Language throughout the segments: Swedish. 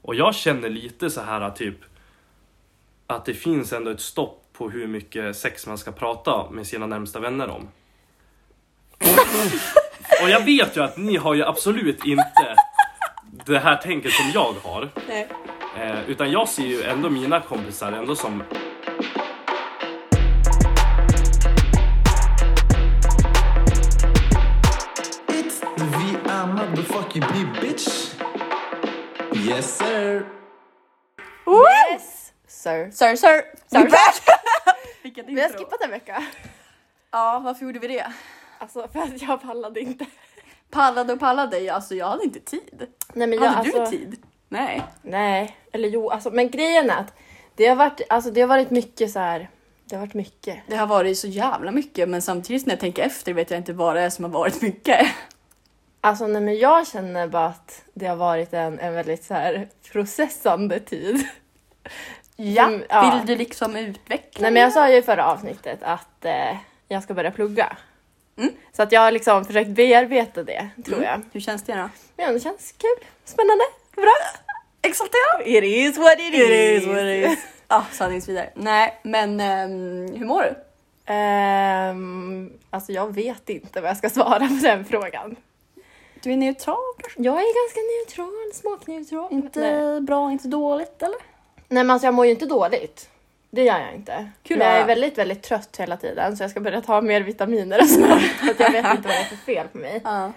Och jag känner lite så här typ att det finns ändå ett stopp på hur mycket sex man ska prata med sina närmsta vänner om. Och jag vet ju att ni har ju absolut inte det här tänket som jag har. Nej. Utan jag ser ju ändå mina kompisar ändå som... It's the motherfucking bitch. Yes sir. Yes, sir. Sir. Vilket Vi har intro. skippat en vecka. Ja, varför gjorde vi det? Alltså för att jag pallade inte. Pallade. Alltså jag hade inte tid. Nej, men Hade du tid? Nej. Nej, eller jo, alltså, men grejen är att det har varit mycket så här. Det har varit mycket. Det har varit så jävla mycket, men samtidigt när jag tänker efter vet jag inte vad det är som har varit mycket. Alltså nej, men jag känner bara att det har varit en väldigt så här processande tid. Ja, ja. vill du liksom utveckla? Nej, men jag sa ju i förra avsnittet att jag ska börja plugga. Mm. Så att jag har liksom försökt bearbeta det, tror jag. Hur känns det då? Men det känns kul, spännande, bra. Exalterad! It is what it is. Ja, sanningsvis vidare. Nej, men hur mår du? Alltså jag vet inte vad jag ska svara på den frågan. Du är neutral kanske? Jag är ganska neutral, smakneutral. Inte bra, inte dåligt eller? Nej, men alltså jag mår ju inte dåligt. Det gör jag inte. Kul, men jag är ja. väldigt, väldigt trött hela tiden. Så jag ska börja ta mer vitaminer och sånt. För att jag vet inte vad det är för fel på mig. Ja.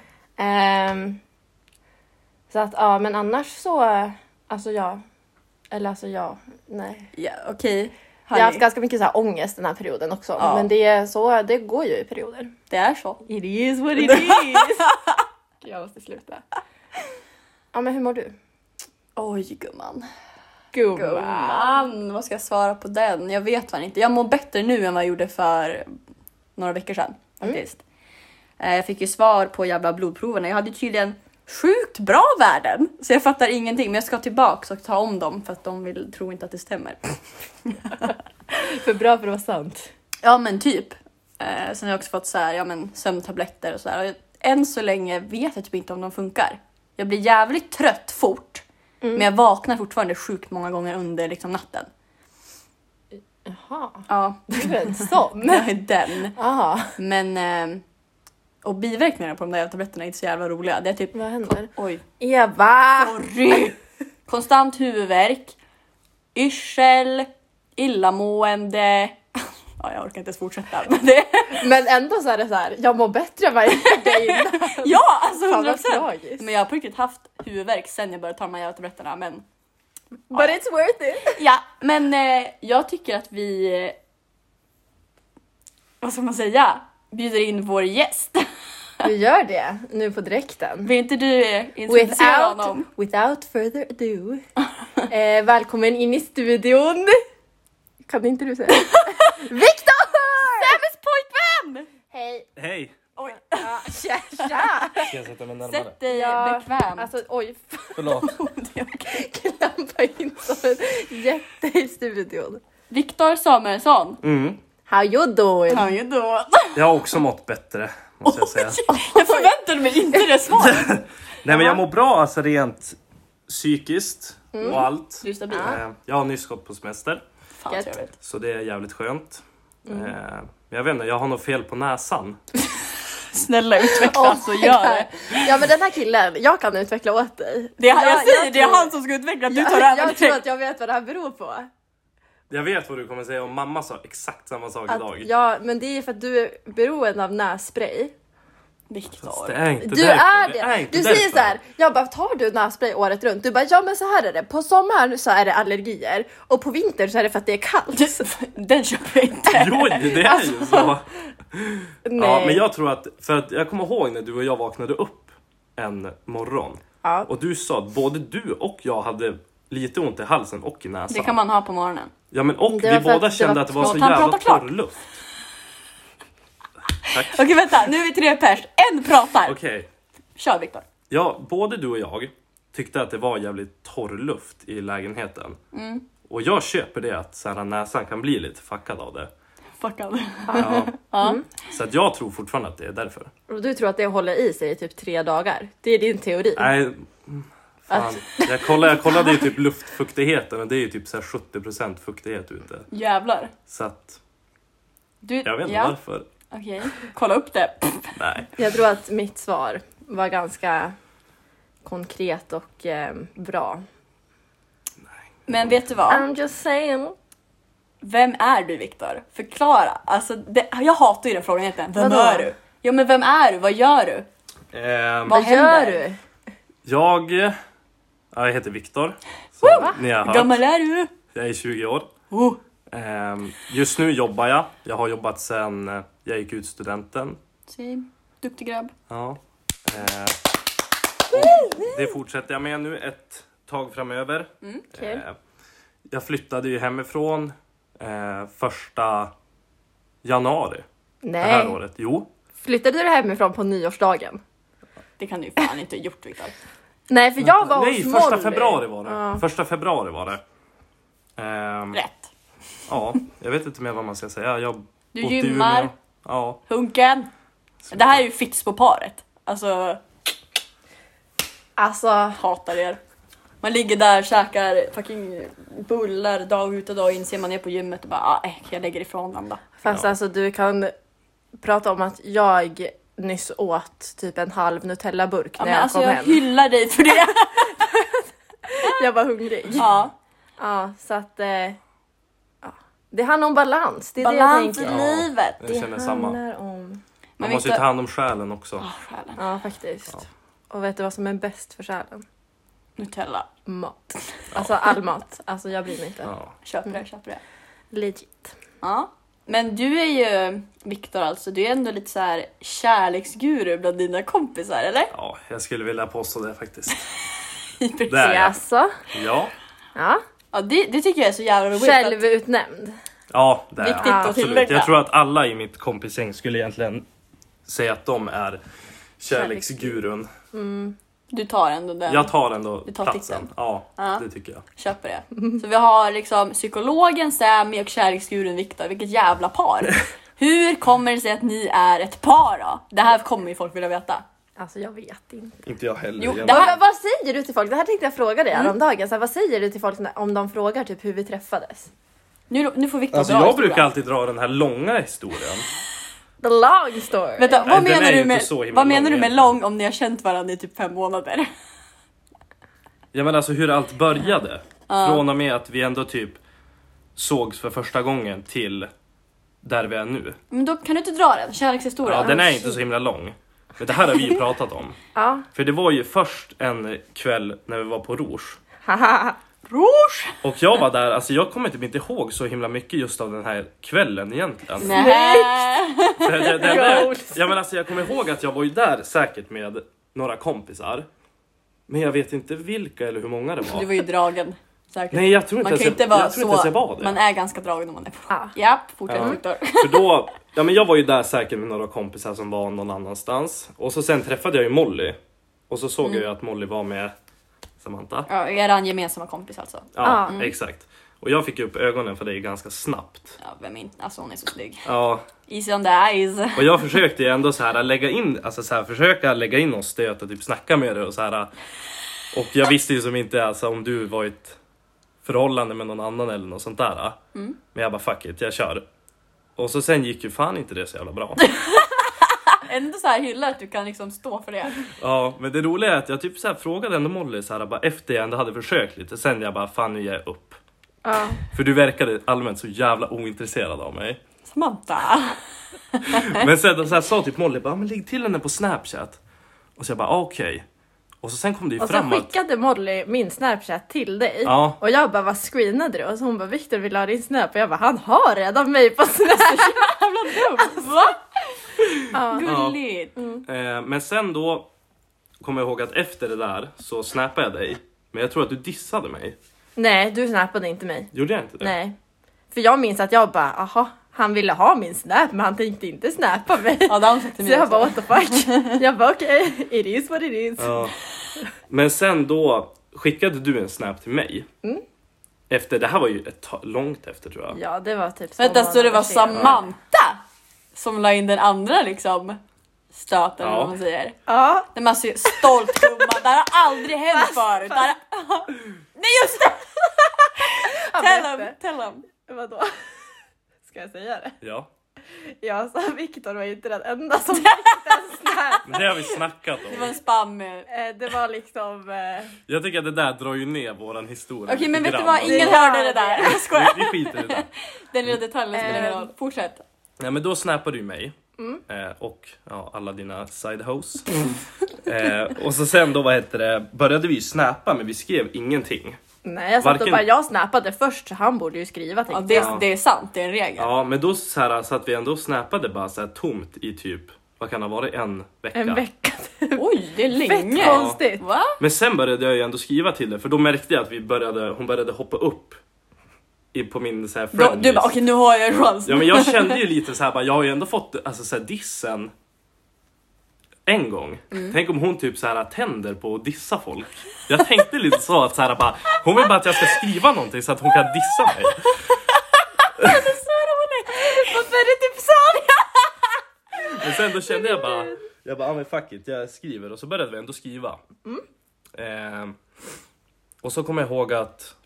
Så att, ja, men annars så... Alltså ja. Eller alltså ja. Nej. Ja, okej. Jag har haft ganska mycket så här ångest den här perioden också. Ja. Men det är så, det går ju i perioder. Det är så. It is what it is. Jag måste sluta. Ja, men hur mår du? Oj, gumman. Gumman. Vad ska jag svara på den? Jag vet fan inte. Jag mår bättre nu än vad jag gjorde för några veckor sedan. Faktiskt. Jag fick ju svar på jävla blodproverna. Jag hade ju tydligen sjukt bra värden. Så jag fattar ingenting. Men jag ska tillbaka och ta om dem. För att de tror inte att det stämmer. För bra för att vara sant. Ja, men typ. Sen har jag också fått så här, ja, men sömntabletter och så här. Och än så länge vet jag typ inte om de funkar. Jag blir jävligt trött fort. Men jag vaknar fortfarande sjukt många gånger under liksom natten. Jaha. Ja. Du är en sån. Jag är den. Jaha. Men... Och biverkningarna på de där tabletterna är inte så jävla roliga. Det är typ... Vad händer? Oj. Eva! Sorry. Konstant huvudvärk. Yrsel. Illamående. Ja, jag orkar inte ens fortsätta. Men ändå så är det så här, jag mår bättre än vad jag gjorde innan. Ja, alltså Fan, vad 100%. tragiskt. Men jag har på riktigt haft huvudvärk sen jag började ta de här jävla tabletterna. Men But it's worth it. ja, men jag tycker att vi... Vad ska man säga? Bjuder in vår gäst. Vi gör det nu på direkten. Vill inte du introducera honom? Without further ado. Välkommen in i studion. Kan inte du säga? Viktor! Sebes pojkvän! Hej. Hej! Oj. Ja, tja. Ska jag sätta mig närmare? Sätt dig Ja, bekvämt. alltså oj. Förlåt. Klampa in som en jätte i studion. Viktor Samuelsson. How you doing? How you doing? Jag har också mått bättre, måste jag säga. Jag förväntade mig inte det svaret. Nej, men jag mår bra, alltså rent psykiskt och allt. Du är stabil. Jag har nyss gått på semester, Fan Gött. trevligt. så det är jävligt skönt. Men jag vet inte, jag har nog fel på näsan. Snälla utveckla så gör det. Ja, men den här killen, jag kan utveckla åt dig. Det är, jag säger, jag det är tror- han som ska utveckla. Du tar över Jag tror direkt. att jag vet vad det här beror på. Jag vet vad du kommer säga, om mamma sa exakt samma sak idag. Ja, men det är för att du är beroende av nässpray. Viktor. Det är inte Du därför. är Det är det. inte Du därför. säger så här, jag bara, tar du nässpray året runt? Du bara, ja men så här är det. På sommaren så är det allergier. Och på vintern så är det för att det är kallt. Den köper jag inte. Jo, det är ju så. Nej. Ja, men jag tror att, för att jag kommer ihåg när du och jag vaknade upp en morgon. Ja. Och du sa att både du och jag hade lite ont i halsen och i näsan. Det kan man ha på morgonen. Ja, men och Det var vi för att båda det kände var att det var så Låt han jävla prata klart. torr luft. Tack. Okej, vänta. Nu är vi 3 pers. En pratar. Okej. Kör Viktor. Ja, både du och jag tyckte att det var jävligt torr luft i lägenheten. Och jag köper det att så här, näsan kan bli lite fuckad av det. Fuckad. Ja. Så att jag tror fortfarande att det är därför. Och du tror att det håller i sig i typ 3 dagar. Det är din teori. Nej, Fan. Jag kollade ju typ luftfuktigheten och det är ju typ så här 70% fuktighet ute. Jävlar. Så att, Du, jag vet inte varför. Okej, kolla upp det. Nej. Jag tror att mitt svar var ganska konkret och bra. Men vet du vad? I'm just saying. Vem är du, Viktor? Förklara. Alltså, jag hatar ju den frågan egentligen. Vem Vadå? är du? Ja, men vem är du? Vad gör du? Vad gör händer? du? Jag heter Viktor. Som ni har Hur hört. gammal är du? Jag är 20 år. Oh. Just nu jobbar jag. Jag har jobbat sedan jag gick ut studenten. Same. Duktig grabb. Ja. Och det fortsätter jag med nu ett tag framöver. Kul. Jag flyttade ju hemifrån 1 januari det här Nej, året. Jo. flyttade du hemifrån på nyårsdagen? Det kan du ju fan inte ha gjort, Viktor. Nej, för jag var Nej, hos Molly. 1 februari var det. Ja. 1 februari var det. Rätt. Ja, jag vet inte mer vad man ska säga. Jag Du bott i gymmar. Umeå. Ja. Hunken. Det här är ju fits på paret. Alltså, Alltså, hatar er. Man ligger där, käkar fucking bullar dag ut och dag in. Ser man ner på gymmet och bara, jag lägger ifrån den då. fast Ja. alltså du kan prata om att jag nyss åt typ en halv Nutella-burk Ja, när men jag alltså kom jag hem. hyllar dig för det. Jag var hungrig. Ja. Ja, så att ja. Det handlar om balans. Det är Balans det jag i tänker. livet. Jag känner samma. handlar om... Men Man måste ju Viktor- ta hand om själen också. Själen. Ja, faktiskt. Och vet du vad som är bäst för själen? Nutella. Mat. Alltså all mat. Alltså jag bryr mig inte. Ja. Köper det. Legit. Ja. Men du är ju, Viktor, alltså, du är ändå lite så här kärleksguru bland dina kompisar, eller? Ja, jag skulle vilja påstå det faktiskt. Precis. Det är jag. Alltså, Ja, ja. Ja, det tycker jag är så jävla roligt. Självutnämnd. ja det är Viktigt jag. att Absolut. tillägga. Jag tror att alla i mitt kompisgäng skulle egentligen säga att de är kärleksgurun. Du tar ändå den. Jag tar ändå Du tar platsen. titeln. Ja, Ja. det tycker jag. Köper det. Så vi har liksom psykologen Sammy och kärleksguren Viktor. Vilket jävla par. Hur kommer det sig att ni är ett par då? Det här kommer ju folk vilja veta. Alltså jag vet inte. Inte jag heller. Jo, Jag- det här- Vad säger du till folk? Det här tänkte jag fråga dig häromdagen. Så här, vad säger du till folk om de frågar typ hur vi träffades? Nu får Viktor Alltså dra jag historien. brukar alltid dra den här långa historien. The long story. Vänta, Nej, vad den är menar ju du inte med, så himla vad menar lång du med egentligen. lång om ni har känt varandra i typ 5 månader? Ja, men alltså hur allt började. Från och med att vi ändå typ sågs för första gången till där vi är nu. Men då kan du inte dra den, kärlekshistorien. Ja, den är inte så himla lång. Men det här har vi ju pratat om. Ja. För det var ju först en kväll när vi var på Rouge. Haha. Rouge! Och jag var där, alltså jag kommer typ inte ihåg så himla mycket just av den här kvällen egentligen. Nej. För det, Goals. ja, men alltså jag kommer ihåg att jag var ju där säkert med några kompisar. Men jag vet inte vilka eller hur många det Du var. var ju dragen. Säkert. Nej, jag tror inte Man kan ens inte vara jag tror inte ens så... jag var det. Man är ganska dragen om man är på. Ja. Japp, fortsätt Ja. Viktor. För då, ja men jag var ju där säkert med några kompisar som var någon annanstans. Och så sen träffade jag ju Molly. Och så såg jag ju att Molly var med Samantha. Ja, eran gemensamma kompis alltså. Ja, exakt. Och jag fick upp ögonen för dig ganska snabbt. Ja, vem inte? Alltså hon är så snygg. Ja, Easy on the eyes. och jag försökte ju ändå så här lägga in, alltså så här, försöka lägga in någon stöt och typ snacka med dig och så här. Och jag visste ju som inte alltså om du var i ett förhållande med någon annan eller något sånt där. Men jag bara fuck it, jag kör. Och så sen gick ju fan inte det så jävla bra. Ändå så här hyllar att du kan liksom stå för det. Ja, men det roliga är att jag typ så här frågade ändå Molly så här, bara efter jag ändå hade försökt lite. Sen jag bara fan nu ger jag upp. Ja. För du verkade allmänt så jävla ointresserad av mig. Samantha. Men sen så här, sa typ Molly bara men lägg till henne på Snapchat. Och så jag bara okej. Och så sen kom det ju Och så fram att skickade Molly min Snapchat till dig. Ja. Och jag bara, vad screenade du? Och så hon bara, Viktor vill ha din Snap. Och jag bara, han har redan mig på Snap. Jävla dumt. Va? Ja. Gulligt. men sen då kommer jag ihåg att efter det där så snappade jag dig. Men jag tror att du dissade mig. Nej, du snappade inte mig. Gjorde jag inte det? Nej. För jag minns att jag bara, aha, han ville ha min Snap men han tänkte inte snappa mig. Ja, det har hon sagt till Så mig jag bara, också. what the fuck? Jag bara, okej, it is what it is. Ja. Men sen då skickade du en snap till mig. Efter, det här var ju långt efter tror jag. Ja, det var typ Vänta, så det var månader senare. Samantha som la in den andra liksom stöt eller vad man säger. Ja. När man ser stolt gumma. Det här har aldrig hänt förut. Det här... Nej just det! Tell him. Vadå? Ska jag säga det? Ja. Jag sa Viktor var inte den enda som fick den snap. Men det har vi snackat Det var om. en spam. Det var liksom... Jag tycker att det där drar ju ner våran historia. Okej, men lite vet du grann. vad? Ingen hörde det där. Jag skojar. Vi skiter i det. Den lilla detaljen spelar ingen roll. Fortsätt. Ja, men då snappade du mig. Och alla dina side hoes. Och så sen då, började vi snappa, men vi skrev ingenting. Nej, jag satt och bara, jag snappade först så han borde ju skriva. Ja, det är sant, det är en regel. Ja, men då så att vi ändå snappade bara så här tomt i typ, vad kan det ha varit, en vecka? En vecka. Oj, det är länge. Fett konstigt. Va? Men sen började jag ju ändå skriva till det, för då märkte jag att hon började hoppa upp på min så här friend Du bara, list. okej, nu har jag en chans. Ja, men jag kände ju lite så här, bara, jag har ju ändå fått alltså, så här, dissen en gång. Tänk om hon typ så här tänder på att dissa folk. Jag tänkte lite så att så här, bara, hon vill bara att jag ska skriva någonting så att hon kan dissa mig. Varför är det typ så? Men sen då kände jag bara, men fuck it, jag skriver. Och så började vi ändå skriva. Och så kom jag ihåg att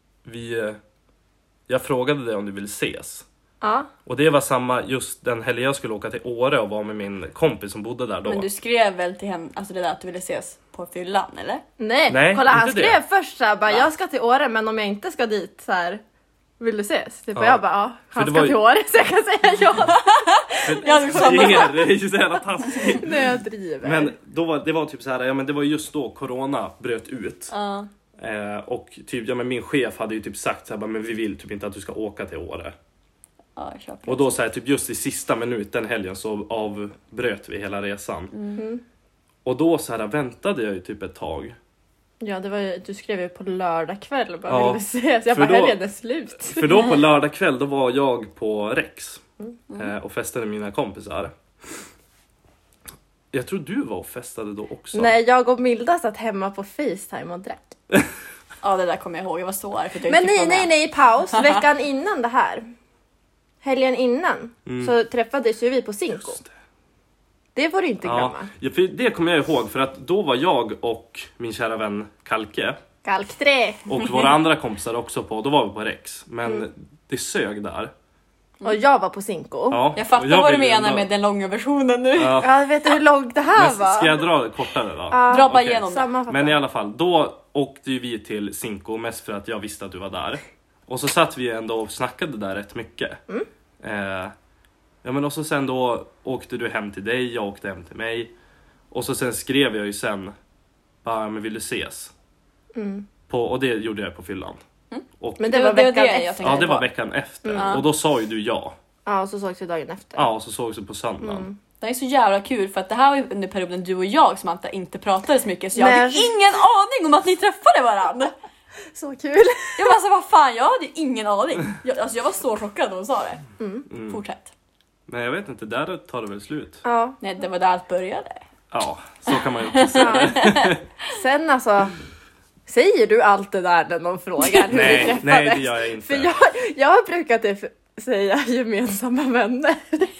jag frågade dig om du ville ses. Ja. Och det var samma, just den helgen jag skulle åka till Åre och vara med min kompis som bodde där då. Men du skrev väl till henne, alltså det där att du ville ses på fyllan, eller? Nej, kolla han inte skrev det. först såhär, bara, jag ska till Åre men om jag inte ska dit så här, vill du ses? Typ, Ja. och jag bara, För han det ska var ju- till Åre så jag kan säga ja. Det är ju så jävla taskigt. Nu jag driver. Men det var typ så här, ja men det var just då corona bröt ut. Och typ, ja men min chef hade ju typ sagt så här, bara, men vi vill typ inte att du ska åka till Åre. Ja, jag köper. Och då så här, typ just i sista minuten helgen så avbröt vi hela resan. Och då så här väntade jag ju typ ett tag. Ja, det var ju, du skrev ju på lördag kväll och bara, Ja, vill du ses? Jag för bara, då- helgen är slut. För då på lördag kväll då var jag på Rex och festade med mina kompisar. Jag tror du var och festade då också. Nej, jag och Milda satt hemma på FaceTime och drack. Ja, det där kommer jag ihåg. Jag var så arg för att jag Men inte fick vara med. nej, paus. Veckan innan det här. Helgen innan så träffades ju vi på Cinco. Just det. Det får du inte Ja, glömma. ja, för det kommer jag ihåg för att då var jag och min kära vän Kalke Kalkträ. och våra andra kompisar också på, då var vi på Rex. Men det sög där. Och jag var på Cinco. Ja, Jag fattar och vad du ville menar ändå- med den långa versionen nu. Ja, Ja, vet du hur långt det här men var? ska jag dra kortare då? Ja, Dra bara okej. igenom det. sammanfatta. Men i alla fall, då åkte ju vi till Cinco mest för att jag visste att du var där. Och så satt vi ändå och snackade där rätt mycket. Ja men och så sen då åkte du hem till dig, jag åkte hem till mig. Och så sen skrev jag ju sen, bara, men vill du ses? Och det gjorde jag på fyllan. Och, Men det var det veckan jag efter. tänkte ja, det var på. veckan efter. Och då sa ju du ja. Ja, och så sågs vi dagen efter. Ja, och så sågs vi på söndagen. Det är så jävla kul för att det här var ju under perioden du och jag som inte pratade så mycket. Så jag Nej. hade ingen aning om att ni träffade varandra. Så kul. Jag var så, vad fan, jag hade ingen aning. Jag var så chockad när hon sa det. Fortsätt. Men jag vet inte, där tar det väl slut. Ja. Nej, det var där allt började. Ja, så kan man ju också säga det. Sen alltså, säger du allt det där när någon frågar hur vi träffades? Nej, det gör jag inte. För jag brukar typ säga gemensamma vänner.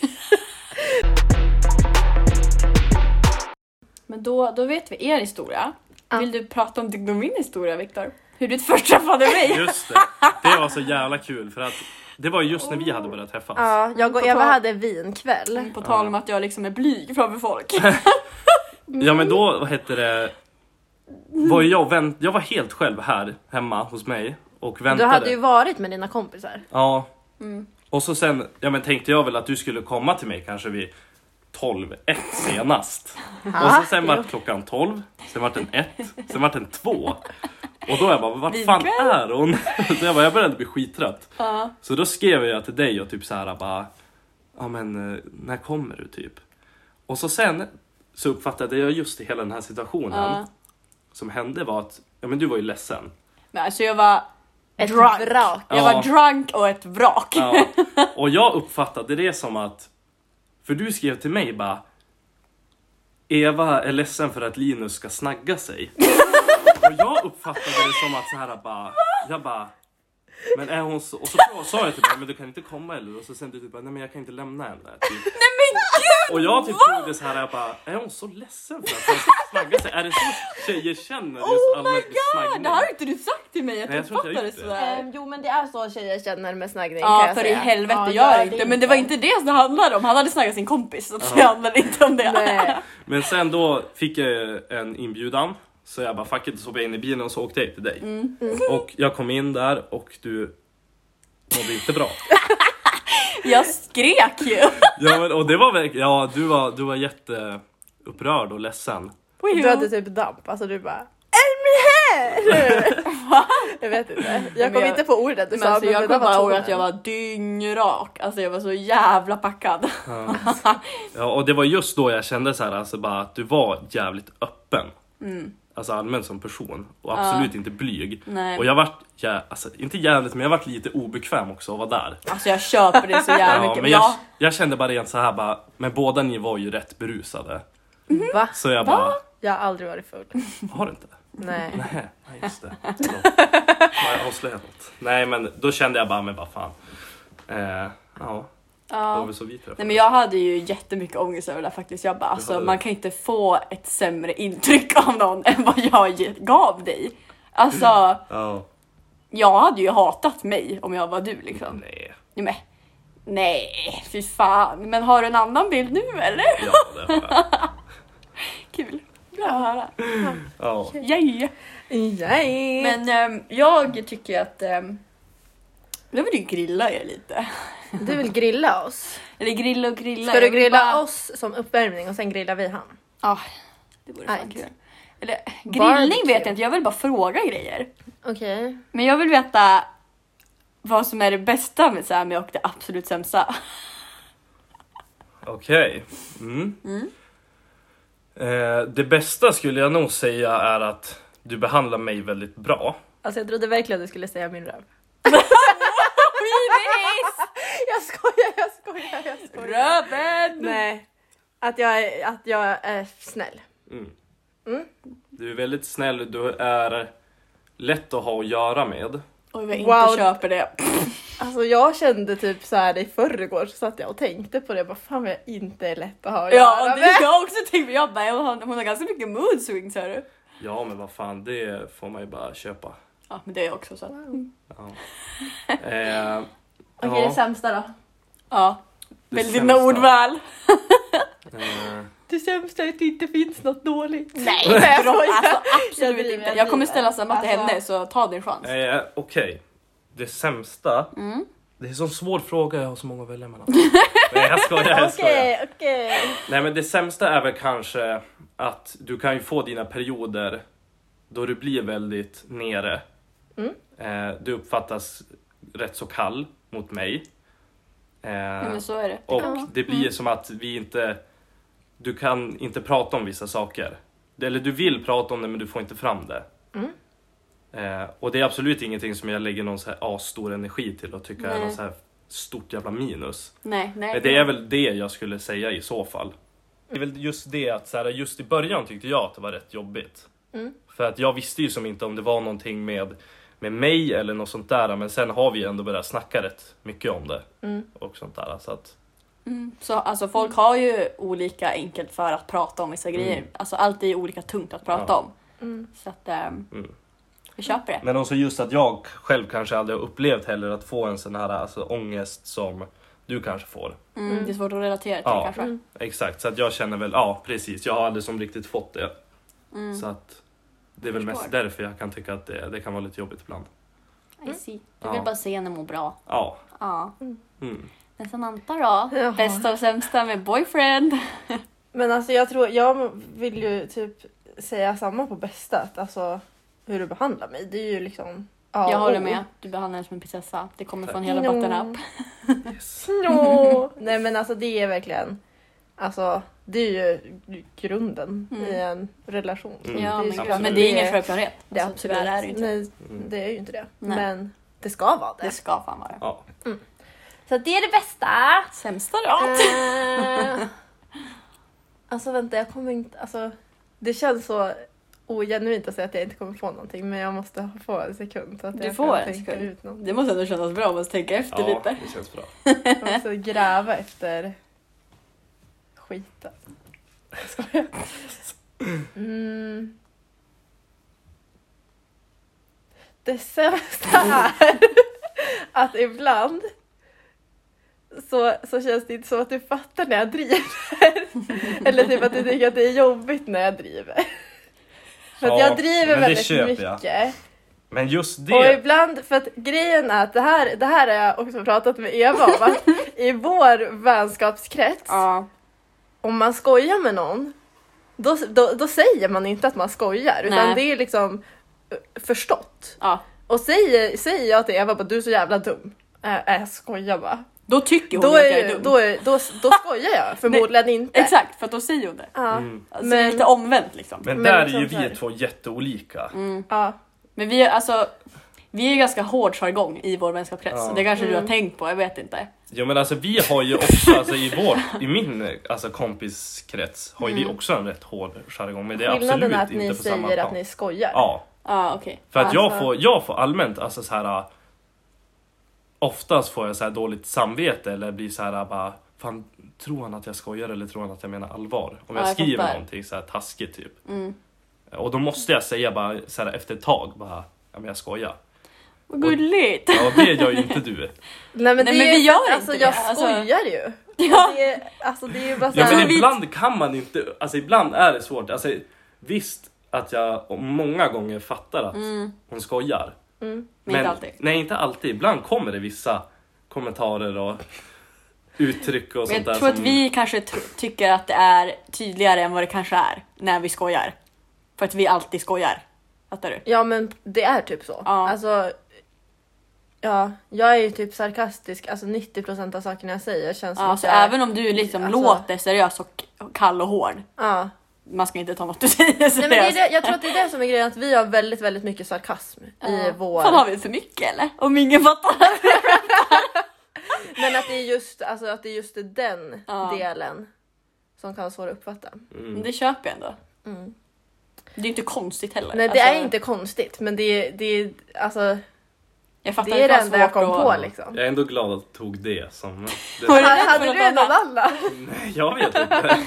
Men då vet vi er historia. Vill du prata om min historia, Viktor? Hur du först träffade mig? Just det, det var så jävla kul för att det var just när vi hade börjat träffas. Ja, jag och Eva hade vinkväll. På tal om att jag liksom är blyg framför folk. Ja men då, vad hette det, var jag var helt själv här hemma hos mig och Du väntade. hade ju varit med dina kompisar. Ja. Och så sen, ja men tänkte jag väl att du skulle komma till mig kanske vid 12:01 senast. Och så sen var klockan 12, sen var den 1, sen var den 2. Och då jag bara, vart fan är hon? Så jag började bli skittrött. Så då skrev jag till dig och typ så här bara, ja men när kommer du typ? Och så sen så uppfattade jag just i hela den här situationen som hände var att, ja men du var ju ledsen. Men alltså jag var Ett drunk. vrak. Jag var drunk och ett vrak. Ja. Och jag uppfattade det som att, för du skrev till mig bara, Eva är ledsen för att Linus ska snagga sig. Och jag uppfattade det som att så här bara, jag bara, Men är hon så... Och så sa jag typ, men du kan inte komma eller? Och så sen du typ, nej men jag kan inte lämna henne. Typ. Nej men gud! Och jag typ trodde så här, jag bara, är hon så ledsen för att hon ska snagga sig? Är det så tjejer känner just Oh my allmänt med god! snaggning? Det har inte du sagt till mig att Nej, jag du tror inte jag fattar det gjort det. sådär. Jo men det är så tjejer känner med snaggning. Ja, kan jag för i säga. helvete Ja, gör det inte. Men det var inte det som det handlade om. Han hade snaggat sin kompis. Så det handlade inte om det. Nej. Men sen då fick jag en inbjudan. Så jag bara, fuck it, så hoppade jag in i bilen och så åkte jag till dig. Och jag kom in där och du mådde inte bra. Jag skrek ju. Ja, men, och det var verkligen, ja du var jätteupprörd och ledsen. Du hade typ damp, alltså du bara här! Jag vet inte, jag kom inte på ordet du Men sa. alltså, jag det kom var bara ihåg tonen. att jag var dyngrak. Alltså jag var så jävla packad. Ja, och det var just då jag kände så här, alltså bara att du var jävligt öppen. Alltså allmänt som person. Och absolut inte blyg. Nej. Och jag vart, alltså inte jävligt, men jag vart lite obekväm också att vara där. Alltså jag köper det så jävla Ja, mycket. men jag kände bara rent så här bara, men båda ni var ju rätt berusade. Va? Så jag bara, Jag har aldrig varit full. har du inte? Nej. Nej, just det. Ja, jag avslöjat något. Nej, men då kände jag bara, men vad fan. Ja, det var väl så vi träffades. Nej men jag hade ju jättemycket ångest över det faktiskt. Jag bara, alltså, man kan inte få ett sämre intryck av någon än vad jag gav dig. Alltså, Ja, jag hade ju hatat mig om jag var du liksom. nej. Nej, fy fan. Men har du en annan bild nu eller? Ja, det har jag. Kul. Bra att höra. Ja. Yay. Yay. Men jag tycker att då vill du grilla er lite. Du vill grilla oss. Eller grilla och grilla. Ska du Jag vill grilla bara- oss som uppvärmning och sen grillar vi han? Ja, det vore fan Right. kul. Eller grillning Barbecue. vet jag inte, jag vill bara fråga grejer. Okej. Men jag vill veta vad som är det bästa med Sami och det absolut sämsta. Okej. Det bästa skulle jag nog säga är att du behandlar mig väldigt bra. Alltså jag trodde verkligen att du skulle säga min röv. Jag skojar. Röven! Nej. Att jag är snäll. Du är väldigt snäll, du är lätt att ha att göra med. Oj, vad jag Wow. inte köper det. Alltså jag kände typ så här i förrgår så satt jag och tänkte på det. Bara fan vad jag inte är lätt att ha att Ja, göra det med. är jag också tänkte. Jag bara, hon har ganska mycket mood swings hör du. Ja, men vad fan, det får man ju bara köpa. Ja, men det är jag också så. Ja. Eh, Okej, ja, det sämsta då? Ja, det välj sämsta. dina ord väl. eh, Det sämsta är att det inte finns något dåligt. Nej, jag alltså skojar. absolut Jag inte. Jag kommer ställa samma till Alltså- henne så ta din chans. Okej. Det sämsta. Det är en så svår fråga, jag har så många att välja mellan. Nej, jag skojar. Okej. Nej, men det sämsta är väl kanske att du kan ju få dina perioder då du blir väldigt nere. Du uppfattas rätt så kall mot mig. Ja, men så är det. Och det blir som att du kan inte prata om vissa saker. Eller du vill prata om det, men du får inte fram det. Och det är absolut ingenting som jag lägger någon så här stor energi till och tycker är Nej. någon så här stort jävla minus. Nej. Men det är väl det jag skulle säga i så fall. Det är väl just det att så här, just i början tyckte jag att det var rätt jobbigt. För att jag visste ju som inte om det var någonting med mig eller något sånt där. Men sen har vi ändå börjat snacka rätt mycket om det. Och sånt där. Så att, Så alltså folk har ju olika enkelt för att prata om vissa grejer. Alltså allt är ju olika tungt att prata om. Så att vi köper det. men också just att jag själv kanske aldrig har upplevt heller att få en sån här alltså, ångest som du kanske får. Det är svårt att relatera till Ja. kanske. Exakt, så att jag känner väl, ja precis, jag har aldrig som riktigt fått det. Så att det är väl mest Förstår. därför jag kan tycka att det kan vara lite jobbigt ibland. I see. Du Ja. vill bara se henne må bra. Ja. Ja. Mm. Men Samantha då? Jaha. Bästa och sämsta med boyfriend? Men alltså jag vill ju typ säga samma på bästa. Att alltså hur du behandlar mig. Det är ju liksom... A Jag och håller O. med. Du behandlar henne som en prinsessa. Det kommer från hela No. bottennapp. Yes. No. Nej men alltså det är verkligen... Alltså det är ju grunden i en relation. Mm. Ja, Det är men, såklart- absolut. men det är ingen självklarhet. Det är Alltså, tyvärr är det ju inte. Nej, det är ju inte det. Nej. Men det ska vara det. Det ska fan vara det. Ja. Så det är det bästa. Sämsta då? Alltså vänta, jag kommer inte... Alltså, det känns så ogenuint att säga att jag inte kommer få någonting, men jag måste få en sekund så att Du jag får kan en tänka sekund. ut något. Det måste ändå kännas bra om man tänker efter Ja, lite. det känns bra. Jag måste gräva efter skiten. Jag skojar. Det sämsta är att ibland så känns det inte som att du fattar när jag driver. Eller typ att du tycker att det är jobbigt när jag driver. För att Ja, jag driver men det väldigt köper jag. mycket. Men just Och det, ibland, för att grejen är att det här har jag också pratat med Eva om, att i vår vänskapskrets, Ja. om man skojar med någon, då säger man inte att man skojar, utan Nej. det är liksom förstått. Ja. Och säger jag till Eva att du är så jävla dum, jag skojar bara. Då tycker hon Då, att jag är dum. då skojar jag förmodligen inte. Exakt, för att då säger hon det. Ja. Alltså, det är lite omvänt liksom. men Men där är liksom ju så här. vi två jätteolika. Ja. Men vi är ganska hård jargong i vår vänskapskrets. Ja. Det kanske du har tänkt på, jag vet inte. Jo men alltså vi har ju också, alltså i min alltså, kompiskrets har ju vi också en rätt hård jargong. Men det är Skillnaden absolut är att ni inte på samma säger att plan. ni skojar. Ja, Ja, okej. för att Alltså- jag får allmänt alltså så här. Oftast får jag så här dåligt samvete eller blir så här bara, fan, tror han att jag skojar eller tror han att jag menar allvar? Om jag Ja, jag skriver fattar. någonting så här taskigt typ. Mm. Och då måste jag säga bara så här efter ett tag bara, ja men jag skojar. Vad gulligt. Ja, det gör ju inte du. Nej men, Nej, det men är vi ju gör för att, inte alltså, jag det. Alltså- skojar ju. Ja. Det är ju bara så Ja här, men ibland kan man inte, alltså ibland är det svårt. Alltså visst att jag många gånger fattar att hon skojar. Men inte alltid. Nej, inte alltid. Ibland kommer det vissa kommentarer och uttryck och Men sånt där. jag tror att som- vi kanske tycker att det är tydligare än vad det kanske är när vi skojar. För att vi alltid skojar. Fattar du? Ja men det är typ så. Ja. Alltså, ja, jag är ju typ sarkastisk. Alltså 90% av sakerna jag säger känns som Ja, att så jag är- även om du liksom alltså- låter seriös och kall och hård. Ja. Man ska inte ta något du säger seriöst. Nej, men det är det, jag tror att det är det som är grejen, att vi har väldigt, väldigt mycket sarkasm i vår... Fan, har vi för mycket eller? Om ingen fattar. Men att det är just, alltså, att det är just den Ja. delen som kan vara svår att uppfatta. Men det köper jag ändå. Det är ju inte konstigt heller. Nej, det Alltså, är inte konstigt, men det är alltså, jag fattar det är att det var enda jag svårt kom att- på liksom. Jag är ändå glad att du tog det som... Var det Det... rätt för Hade något du någon annat? annan? Nej, jag vet inte.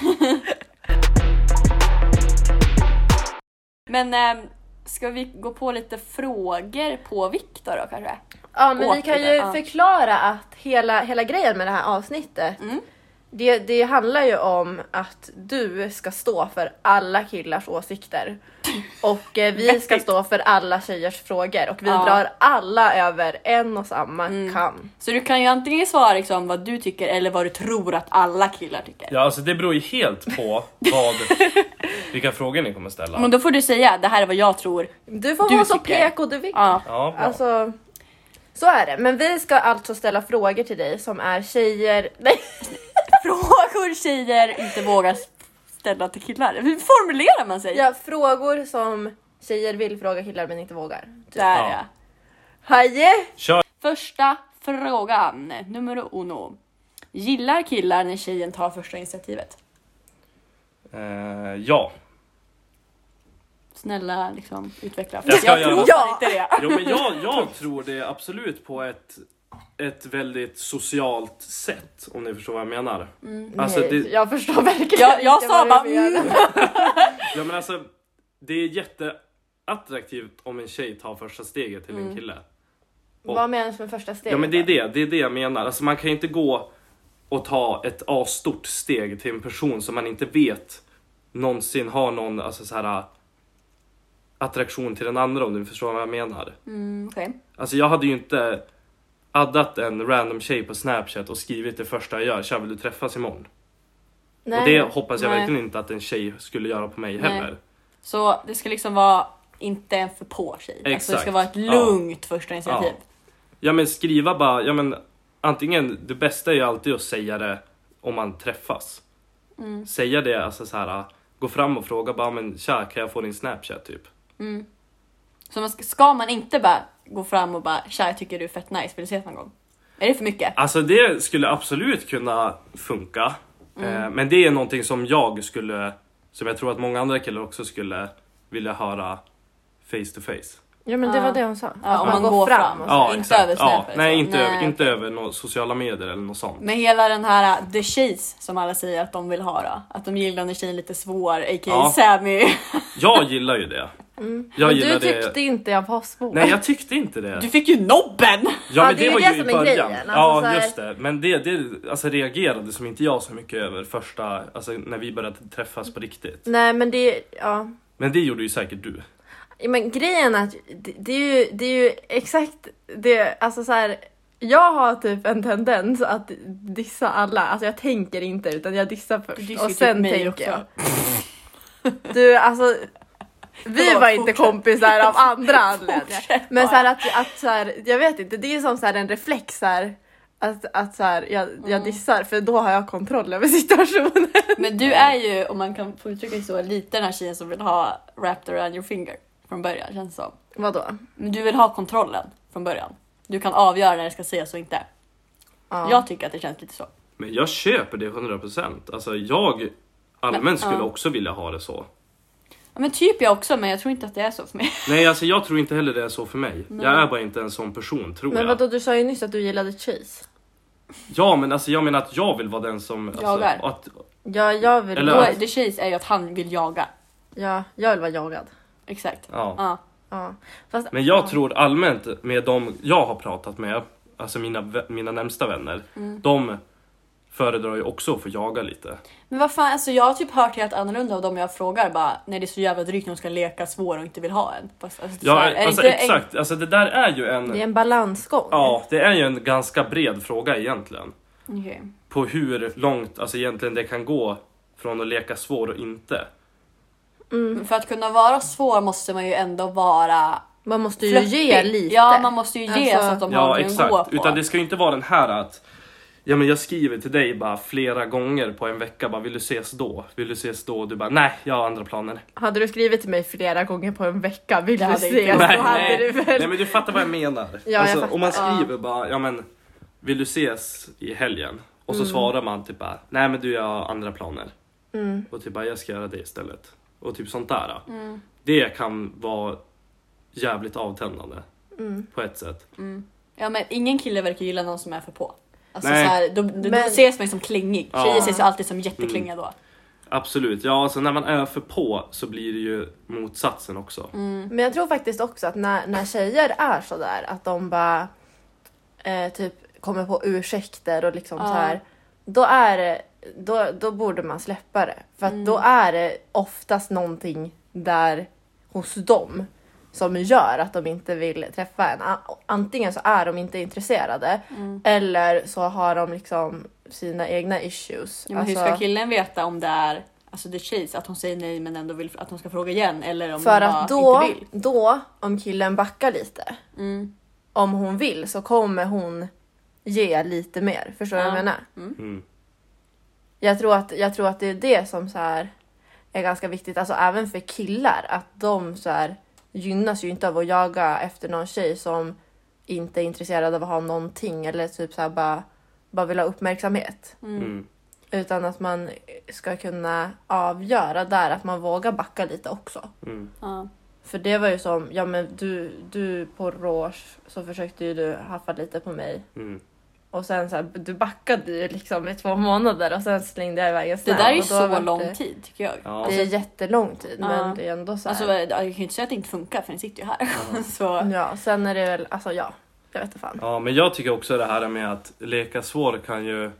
Men ska vi gå på lite frågor på Viktor då kanske? Ja, men vi kan ju Ja. förklara att hela grejen med det här avsnittet, det handlar ju om att du ska stå för alla killars åsikter och vi ska stå för alla tjejers frågor och vi Ja. drar alla över en och samma kam. Så du kan ju antingen svara liksom vad du tycker eller vad du tror att alla killar tycker. Ja, alltså det beror ju helt på vilka frågor ni kommer ställa. Men då får du säga, det här är vad jag tror. Du får Du vara så tycker. PK du vill. Ja. Ja, bra. Alltså, så är det. Men vi ska alltså ställa frågor till dig som är tjejer... Nej. Frågor tjejer inte vågar ställa till killar. Hur formulerar man sig? Ja, frågor som tjejer vill fråga killar men inte vågar. Där Ja. ja. Haje! Kör. Första frågan, nummer uno. Gillar killar när tjejen tar första initiativet? Ja. Snälla liksom utveckla. Jag ska Jag göra- tror Ja. inte det. Jo, men jag tror det absolut på ett väldigt socialt sätt, om ni förstår vad jag menar. Alltså, Nej, det, jag förstår verkligen Jag inte sa vad bara du menar. ja, men alltså, det är jätteattraktivt om en tjej tar första steget till en kille. Vad menas med första steget? Ja, men det är det jag menar. Alltså, man kan ju inte gå och ta ett stort steg till en person som man inte vet någonsin har någon alltså, så här, attraktion till den andra, om du förstår vad jag menar. Okej. Alltså jag hade ju inte addat en random tjej på Snapchat och skrivit det första jag gör, vill du träffas imorgon? Nej. Och det hoppas jag Nej. verkligen inte att en tjej skulle göra på mig Nej. heller. Så det ska liksom vara inte en för på tjej. Alltså det Exakt. ska vara ett lugnt första initiativ. Ja, men skriva bara, ja men antingen, det bästa är ju alltid att säga det om man träffas. Säga det, alltså så här, gå fram och fråga bara, men tja, kan jag få din Snapchat typ? Så ska man inte bara gå fram och bara tja, jag tycker du är fett nice, vill du ses någon gång? Är det för mycket? Alltså det skulle absolut kunna funka. Men det är någonting som jag tror att många andra killar också skulle vilja höra face to face. Ja men det var det hon sa. Ja, Att om man går fram. och så. Ja, inte exakt. över Snap Ja, eller nej, så. inte, Nej, inte okej. över några sociala medier eller något sånt. Men hela den här the chase som alla säger att de vill ha då. Att de gillar när tjejen är lite svår, a.k.a. Ja. Sammy. Jag gillar ju det. Jag Men du gillar tyckte det. inte jag var svår. Nej, jag tyckte inte det. Du fick ju nobben! Ja, men det är det var det ju i som är början. grejen. Ja, Alltså, så här- just det. Men det alltså, reagerade som inte jag så mycket över första, alltså när vi började träffas på riktigt. Nej men det, ja. Men det gjorde ju säkert du. Ja, men grejen är att det är ju exakt det, alltså så här. Jag har typ en tendens att dissa alla, alltså jag tänker inte utan jag dissar först dissar och typ sen mig tänker också. jag. Du alltså, vi Förlåt, var inte fortsätt. kompisar av andra anledningar. Fortsätt Men så bara. här att så här, jag vet inte, det är som så här en reflex så här, att så här, jag dissar för då har jag kontroll över situationen. Men du är ju, om man kan få uttrycka det så, lite den här tjejen som vill ha wrapped around your finger från början, känns det som. Vadå? Men du vill ha kontrollen från början. Du kan avgöra när det ska sägas och inte. Ja. Jag tycker att det känns lite så. Men jag köper det 100%. Alltså jag allmänt skulle ja. också vilja ha det så. Ja, men typ jag också, men jag tror inte att det är så för mig. Nej, alltså jag tror inte heller det är så för mig. Jag är bara inte en sån person, tror Men jag. vadå, du sa ju nyss att du gillade chase. Ja, men alltså jag menar att jag vill vara den som... Alltså, Jagar. att, Ja, jag vill Eller- Då vara, är, the chase är ju att han vill jaga. ja, jag vill vara jagad. Exakt. ja. Ja. Ja. Fast, Men jag tror allmänt med de jag har pratat med, alltså mina närmsta vänner, de föredrar ju också att få jaga lite. Men vad fan, alltså jag har typ hört helt annorlunda av dem jag frågar bara när det är så jävla drygt när de ska leka svår och inte vill ha en. Fast, alltså, så Ja, här, är det alltså inte exakt. Alltså det där är ju det är en... en balansgång. Ja, det är ju en ganska bred fråga egentligen. Okej. På hur långt, alltså egentligen det kan gå från att leka svår och inte. Men för att kunna vara svår måste man ju ändå vara Man måste ju flörtig. ge lite. Ja, man måste ju ge Alltså, så att de Ja, har någonting att gå exakt. på. Utan det ska ju inte vara den här att... Ja, men jag skriver till dig bara flera gånger på en vecka, bara vill du ses då? Vill du ses då? Och du bara nej, jag har andra planer. Hade du skrivit till mig flera gånger på en vecka, vill Det du hade ses? inte- Då hade du väl... Nej, men du fattar vad jag menar. jag Alltså, fattar. om man skriver bara, ja men vill du ses i helgen? Och så svarar man typ bara, nej men du, jag har andra planer. Och typ bara, jag ska göra det istället. Och typ sånt där. Det kan vara jävligt avtändande. På ett sätt. Ja, men ingen kille verkar gilla någon som är för på. Alltså Nej. så här, då Men- ses man som klängig. Tjejer Ja. ses ju alltid som jätteklinga då. Absolut, ja alltså när man är för på så blir det ju motsatsen också. Men jag tror faktiskt också att när tjejer är så där att de bara typ kommer på ursäkter och liksom så här, då är det, då borde man släppa det. För att då är det oftast någonting där hos dem som gör att de inte vill träffa en. Antingen så är de inte intresserade eller så har de liksom sina egna issues. Ja, men hur ska killen veta om det är alltså the chase, att hon säger nej men ändå vill att hon ska fråga igen, eller om För hon att bara inte vill? då, om killen backar lite, om hon vill så kommer hon ge lite mer. Förstår du vad jag menar? Mm. Jag tror att det är det som så här är ganska viktigt, alltså även för killar, att de så här gynnas ju inte av att jaga efter någon tjej som inte är intresserad av att ha någonting eller typ så här bara vill ha uppmärksamhet. Mm. Utan att man ska kunna avgöra där att man vågar backa lite också. Mm. Ja. För det var ju som, ja men du på Rouge så försökte ju du haffa lite på mig. Mm. Och sen så här, du backade ju liksom i 2 månader och sen slängde jag iväg en Det snap. där är ju och då så var lång det- tid tycker jag. Ja. Det är jättelång tid Ja. men det är ändå så här. Alltså jag kan ju inte säga att det inte funkar för ni sitter ju här. Så Ja, sen är det väl, alltså ja, jag vet inte fan. Ja, men jag tycker också det här med att leka svår kan ju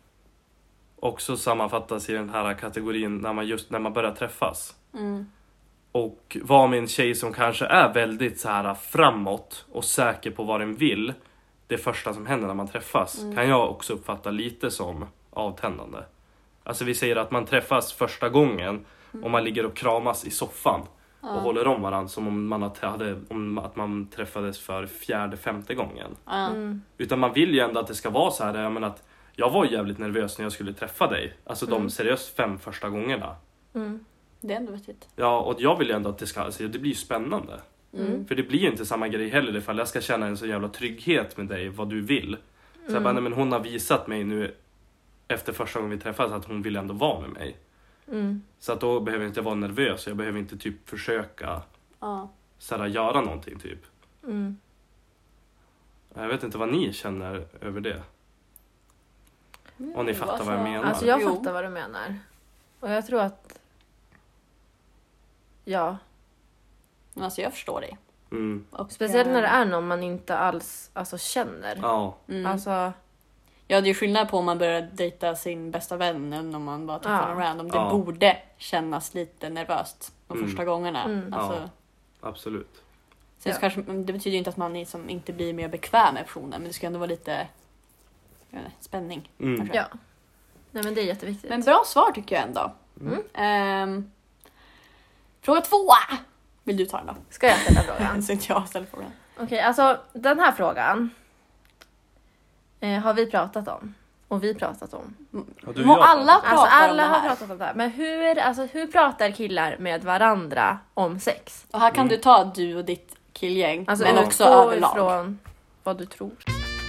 också sammanfattas i den här kategorin när man börjar träffas. Och vara med en tjej som kanske är väldigt så här framåt och säker på vad den vill, det första som händer när man träffas, kan jag också uppfatta lite som avtändande. Alltså vi säger att man träffas första gången och man ligger och kramas i soffan och håller om varandra som om att man träffades för 4:e, 5:e gången. Utan man vill ju ändå att det ska vara så här, jag menar att jag var jävligt nervös när jag skulle träffa dig. Alltså de seriöst 5 första gångerna. det är ändå vettigt. Ja, och jag vill ju ändå att det ska, alltså det blir ju spännande. För det blir ju inte samma grej heller ifall jag ska känna en så jävla trygghet med dig, vad du vill. Så jag bara, nej men hon har visat mig nu efter första gången vi träffades att hon vill ändå vara med mig. Så att då behöver jag inte vara nervös. Jag behöver inte typ försöka göra någonting typ. Jag vet inte vad ni känner över det. Om ni fattar vad jag menar. Alltså jag fattar vad du menar. Och jag tror att... Ja. Alltså jag förstår dig. Och speciellt när det är någon man inte alls känner. Ja. Alltså... Ja, det är skillnad på om man börjar dejta sin bästa vän än om man bara träffar någon random. Det borde kännas lite nervöst de första gångerna. Alltså... Absolut. Sen kanske, det betyder ju inte att man inte blir mer bekväm med personen, men det ska ändå vara lite spänning. Ja. Nej, men det är jätteviktigt. Men bra svar tycker jag ändå. Fråga 2. Vill du ta den då? Ska jag ställa frågan? Så inte jag ställer frågan. Okej, alltså den här frågan har vi pratat om. Och vi pratat om. Alla har pratat om det här. Men hur pratar killar med varandra om sex? Och här kan du ta du och ditt killgäng. Alltså, men också överlag. Från vad du tror.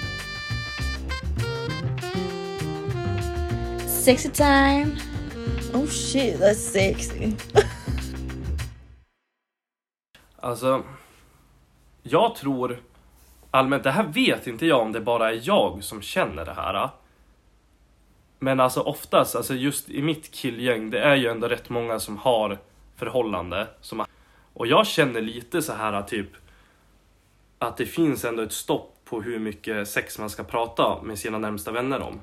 Sexy time. Oh shit, that's sexy. Alltså, jag tror allmänt, det här vet inte jag om det bara är jag som känner det här. Men alltså oftast, alltså just i mitt killgäng, det är ju ändå rätt många som har förhållande. Och jag känner lite så här typ att det finns ändå ett stopp på hur mycket sex man ska prata med sina närmsta vänner om.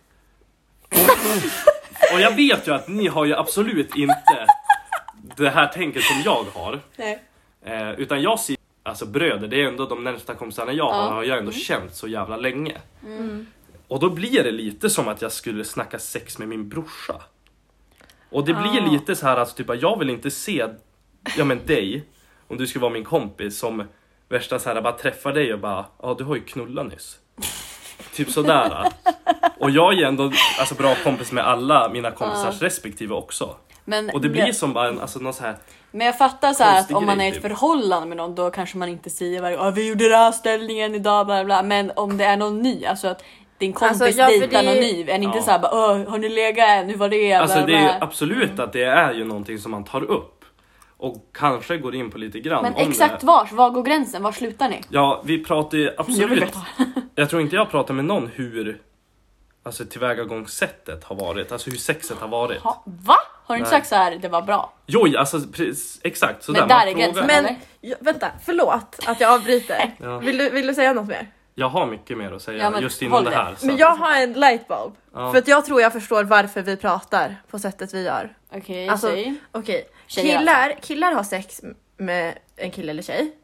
Och jag vet ju att ni har ju absolut inte det här tänket som jag har. Nej. Utan jag ser, alltså bröder, det är ändå de närmsta kompisarna jag har jag ändå känt så jävla länge. Och då blir det lite som att jag skulle snacka sex med min brorsa. Och det blir lite så här, alltså typ, jag vill inte se dig, om du skulle vara min kompis, som värsta så här, bara träffar dig och bara, du har ju knullat nyss. Typ sådär. Och jag är ändå bra kompis med alla mina kompisars respektive också. Och det blir som bara någon så här. Men jag fattar så här att om man är i ett förhållande med någon, då kanske man inte säger vi gjorde den här ställningen idag, bla bla. Men om det är någon ny, alltså att din kompis dejtar någon ny, är inte så här bara, har ni legat än, hur var det? Alltså det är absolut att det är ju någonting som man tar upp. Och kanske går in på lite grann. Men om exakt det. Var går gränsen? Var slutar ni? Ja, vi pratar ju absolut. Jag tror inte jag pratar med någon hur tillvägagångssättet har varit. Alltså hur sexet har varit. Va? Har du inte sagt så här, det var bra? Jo, alltså exakt. Så men där är gränsen, men vänta, förlåt att jag avbryter. Ja. Vill du säga något mer? Jag har mycket mer att säga just inom det här. Men jag har en lightbulb. Ja. För att jag tror jag förstår varför vi pratar på sättet vi gör. Okej. Killar har sex med en kille eller tjej.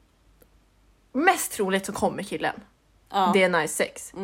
Mest troligt så kommer killen. Det är nice sex.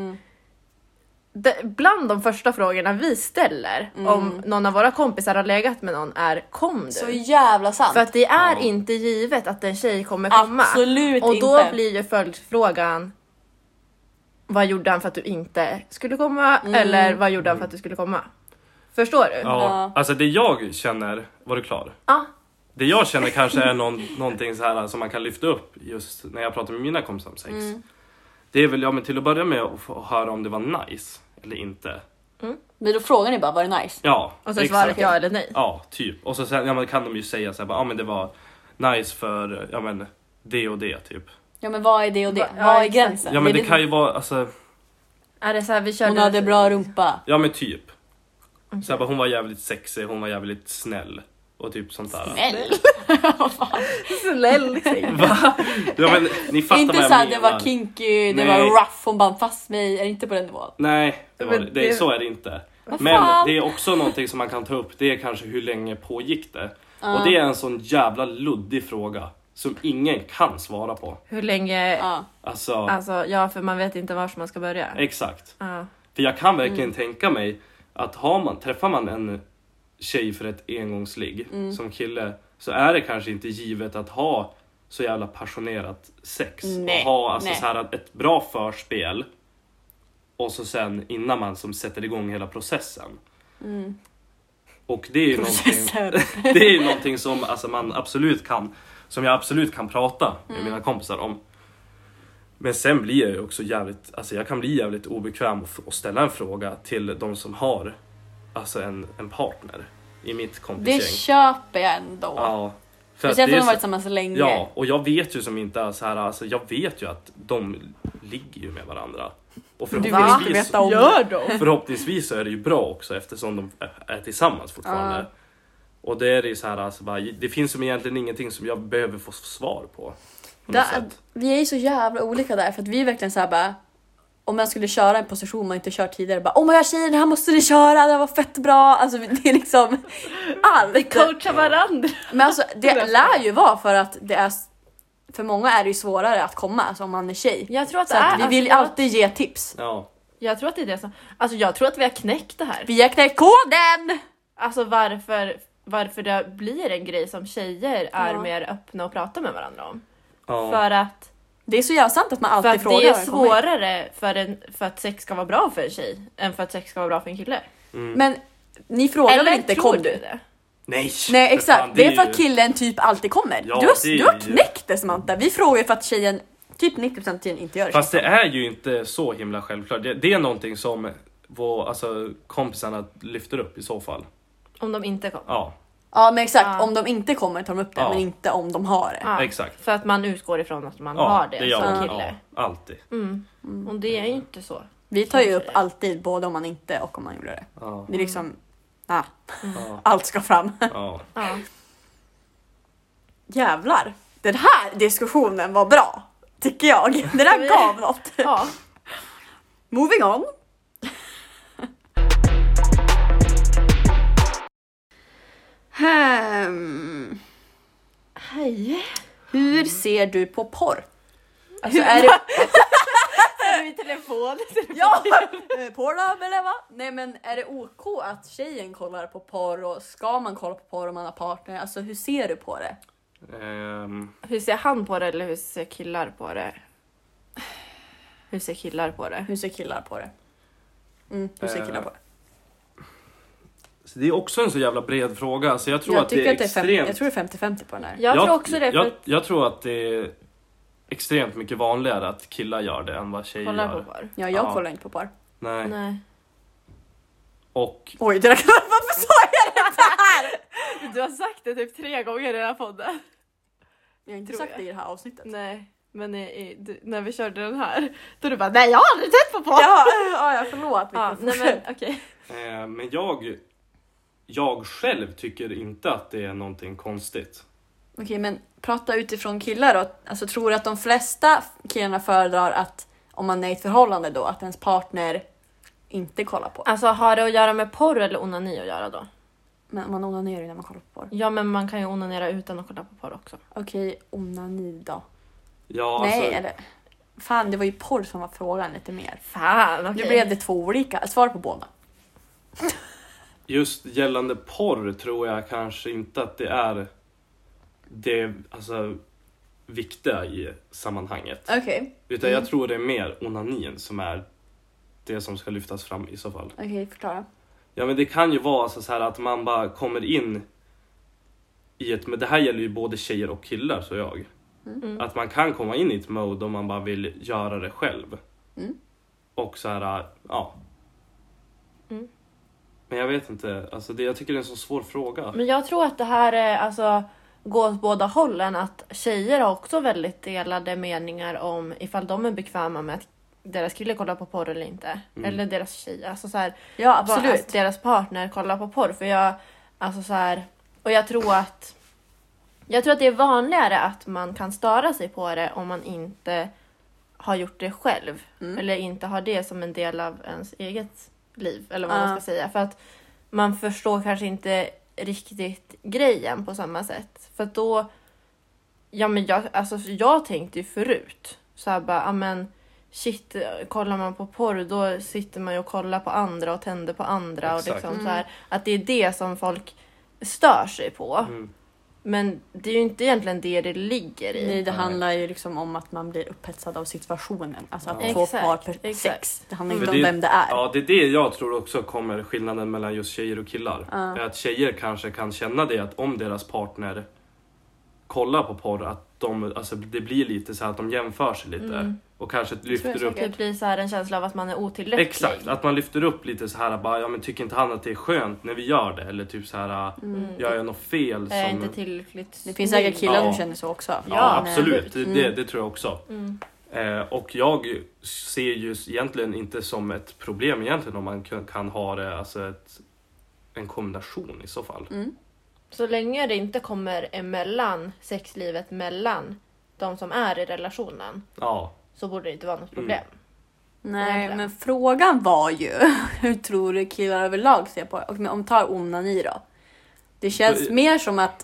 Bland de första frågorna vi ställer om någon av våra kompisar har legat med någon är, kom du? Så jävla sant. För att det är inte givet att en tjej kommer komma. Absolut. Och då inte. blir ju följdfrågan, vad gjorde han för att du inte skulle komma? Eller vad gjorde han för att du skulle komma? Förstår du? Ja, alltså det jag känner, var du klar? Ja. Det jag känner kanske är någonting så här som man kan lyfta upp just när jag pratar med mina kompisar om sex. Det är väl, till att börja med att få höra om det var nice eller inte. Men då frågar ni bara, var det nice? Ja, och så svarar ja eller nej. Ja, typ. Och så sen kan de ju säga så här, men det var nice för det och det typ. Ja, men vad är det och det? Vad är gränsen? Ja, men det kan ju vara är det så här, vi körde... Hon hade bra rumpa. Ja, men typ. Okay. Så här, hon var jävligt sexig, hon var jävligt snäll. Och typ sånt där. Snäll? Snäll liksom. Va? Ja, men ni fattar inte vad jag så här, menar. det var kinky, det var rough, hon band fast mig. Är det inte på den nivån? Nej, så är det inte. Men det är också någonting som man kan ta upp. Det är kanske hur länge pågick det. Och det är en sån jävla luddig fråga som ingen kan svara på. Hur länge? Alltså, för man vet inte var man ska börja. Exakt. För jag kan verkligen tänka mig att träffar man en tjej för ett engångsligg som kille, så är det kanske inte givet att ha så jävla passionerat sex. Nej, och ha så här ett bra förspel och så sen innan man som sätter igång hela processen. Och det är ju det är någonting som man absolut kan, som jag absolut kan prata med mina kompisar om. Men sen blir jag ju också jävligt, jag kan bli jävligt obekväm och ställa en fråga till de som har en partner. i mitt Det kompisgäng. köper jag ändå. Ja. För att Speciellt det om är de varit så- tillsammans så länge. Ja, och jag vet ju som inte är så här, alltså jag vet ju att de ligger ju med varandra. Och Du vill inte förhoppningsvis, veta om Gör de? förhoppningsvis så är det ju bra också eftersom de är tillsammans fortfarande. Och det är ju så här, alltså bara, det finns som egentligen ingenting som jag behöver få svar på. något sätt. Vi är ju så jävla olika där för att vi är verkligen så här bara, om man skulle köra en position man inte kört tidigare, bara my god tjejer, det här måste ni köra, det var fett bra. Alltså det är liksom allt. Vi coachar varandra. Men alltså det lär ju vara för att det är, för många är det ju svårare att komma alltså, om man är tjej. Jag tror att Så det är, att vi vill alltid ge tips. Ja. jag tror att det är det som, alltså jag tror att vi har knäckt det här. Vi har knäckt koden! Alltså varför det blir en grej som tjejer är mer öppna och pratar med varandra om. Ja. För att Det är så jävla sant att man alltid att frågar. det är vad kommer. svårare för att sex ska vara bra för en tjej än för att sex ska vara bra för en kille. Men ni frågar väl inte tror kom du det? Nej, Nej för exakt, fan, det är för ju- att killen typ alltid kommer. Ja, du det har är ju- knäckt det Samantha. Vi frågar ju för att tjejen typ 90% av tiden inte gör det. Fast det är ju inte så himla självklart. Det är någonting som alltså, kompisarna lyfter upp i så fall. Om de inte kommer. Ja, Ja men exakt, Ja. om de inte kommer tar de upp det Ja. men inte om de har det. Ja, exakt. För att man utgår ifrån att man Ja, har det, gör som man. kille. Ja, alltid. Och det är ju inte så. Vi tar ju Kanske upp det. alltid både om man inte och om man gjorde det. Ja, Det är liksom, ja, allt ska fram. ja. Ja. Jävlar, den här diskussionen var bra. Tycker jag. Det där gav något. Ja. Moving on. Hej. Hur ser du på porr? Alltså är det... Är du i telefon? Ja! Porr eller va? Nej men är det OK att tjejen kollar på porr och ska man kolla på porr om man har partner? Alltså hur ser du på det? Hur ser han på det eller hur ser killar på det? Hur ser killar på det? Hur ser killar på det? Hur ser killar på det? Så det är också en så jävla bred fråga. Så jag tror Jag att det tycker är att det är extremt... jag tror det är 50-50 på den här. Jag tror också det. För jag tror att det är extremt mycket vanligare att killar gör det än vad tjejer kolla gör. på porr. Ja, jag Ja. kollar inte på porr. Nej. Nej. Och Oj, det där, varför sa jag det här? Du har sagt det typ 3 gånger i den här podden. Jag har inte Tror sagt jag. det i det här avsnittet. Nej, men när vi körde den här då du bara nej jag har aldrig sett på porr. Ja, förlåt. Ja, nej men okej. men jag själv tycker inte att det är någonting konstigt. Okej, men prata utifrån killar då. Alltså tror du att de flesta killarna föredrar att om man är i ett förhållande då att ens partner inte kollar på? Alltså har det att göra med porr eller onani att göra då? Men man onanerar ju när man kollar på porr. Ja men man kan ju onanera utan att kolla på porr också. Okej, onani då. Ja, Nej, alltså, eller... Fan, det var ju porr som var frågan lite mer. Fan okej. Nu blev det 2 olika. Svar på båda. just gällande porr tror jag kanske inte att det är det alltså, viktiga i sammanhanget. Okej. Utan jag tror det är mer onanin som är det som ska lyftas fram i så fall. Okej, förklara. Ja men det kan ju vara alltså så här att man bara kommer in i ett, men det här gäller ju både tjejer och killar så jag. Att man kan komma in i ett mode om man bara vill göra det själv. Och så här, ja. Men jag vet inte, alltså jag tycker det är en så svår fråga. Men jag tror att det här är, alltså, går åt båda hållen. Att tjejer har också väldigt delade meningar om ifall de är bekväma med att deras kille kollar på porr eller inte. Eller deras tjej. Alltså så här, Ja, absolut. att deras partner kollar på porr. För jag, alltså så här, och jag tror att det är vanligare att man kan störa sig på det om man inte har gjort det själv. Eller inte har det som en del av ens eget liv. Eller vad man ska säga. För att man förstår kanske inte riktigt grejen på samma sätt. För att då... Ja men jag tänkte ju förut. Så här bara, men shit, kollar man på porr då sitter man ju och kollar på andra och tänder på andra. Och Exakt. liksom så här, att det är det som folk stör sig på. Men det är ju inte egentligen det ligger i. Nej, det handlar ju liksom om att man blir upphetsad av situationen. Alltså att Ja. få Exakt, par per exakt. sex. Det handlar För inte om vem det är. Ja, det är det jag tror också kommer skillnaden mellan just tjejer och killar. För att tjejer kanske kan känna det att om deras partner kollar på porr, att alltså, det blir lite så här att de jämför sig lite. Och kanske lyfter upp... Det blir så här en känsla av att man är otillräcklig. Exakt, att man lyfter upp lite så här bara, ja men tycker inte han att det är skönt när vi gör det? Eller typ så här, gör jag något fel som... Är inte tillräckligt. Det finns säkert killar som känner så också. Ja, absolut. Det tror jag också. Och jag ser ju egentligen inte som ett problem egentligen om man kan ha det, alltså en kombination i så fall. Så länge det inte kommer emellan sexlivet mellan de som är i relationen. Ja. Så borde det inte vara något problem. Nej, men frågan var ju hur tror du killar överlag ser på det? Och om tar onani då. Det känns mer som att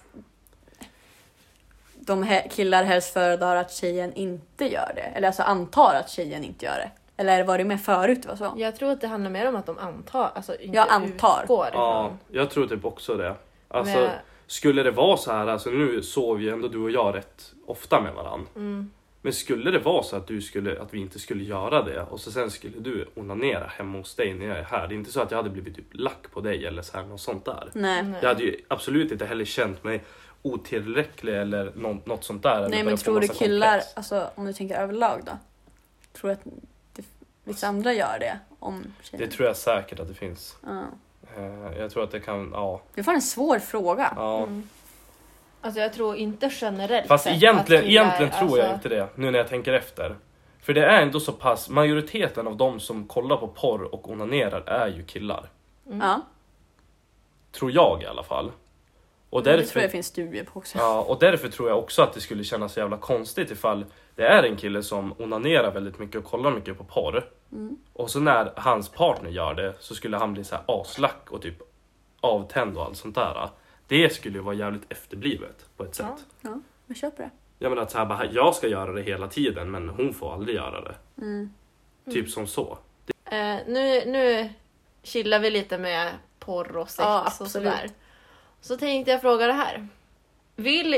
killar helst föredrar att tjejen inte gör det. Eller alltså antar att tjejen inte gör det. Eller var det med förut det var så? Jag tror att det handlar mer om att de antar. Alltså inte Jag antar. Utgår Ja, ifrån. jag tror typ också det. Alltså, skulle det vara så här, alltså nu sover ju ändå du och jag rätt ofta med varandra. Men skulle det vara så att att vi inte skulle göra det och så sen skulle du onanera hemma hos dig när jag är här. Det är inte så att jag hade blivit typ lack på dig eller så här, något sånt där. Nej. Jag hade ju absolut inte heller känt mig otillräcklig eller något sånt där. Nej, men tror du killar, alltså om du tänker överlag då? Tror du att vissa andra gör det? Det tror jag säkert att det finns. Jag tror att det kan, Det var en svår fråga. Ja. Alltså jag tror inte generellt. Fast egentligen tror jag alltså... inte det, nu när jag tänker efter. För det är ändå så pass, majoriteten av de som kollar på porr och onanerar är ju killar. Ja. Tror jag i alla fall. Och Det tror jag finns studier på också. Ja, och därför tror jag också att det skulle kännas så jävla konstigt ifall det är en kille som onanerar väldigt mycket och kollar mycket på porr. Och så när hans partner gör det så skulle han bli så här aslack och typ avtänd och allt sånt där. Det skulle ju vara jävligt efterblivet på ett sätt. Ja, jag köper det. Jag menar att så här, bara, jag ska göra det hela tiden men hon får aldrig göra det. Typ som så. Nu chillar vi lite med porr och sex och sådär. Så tänkte jag fråga det här. Vill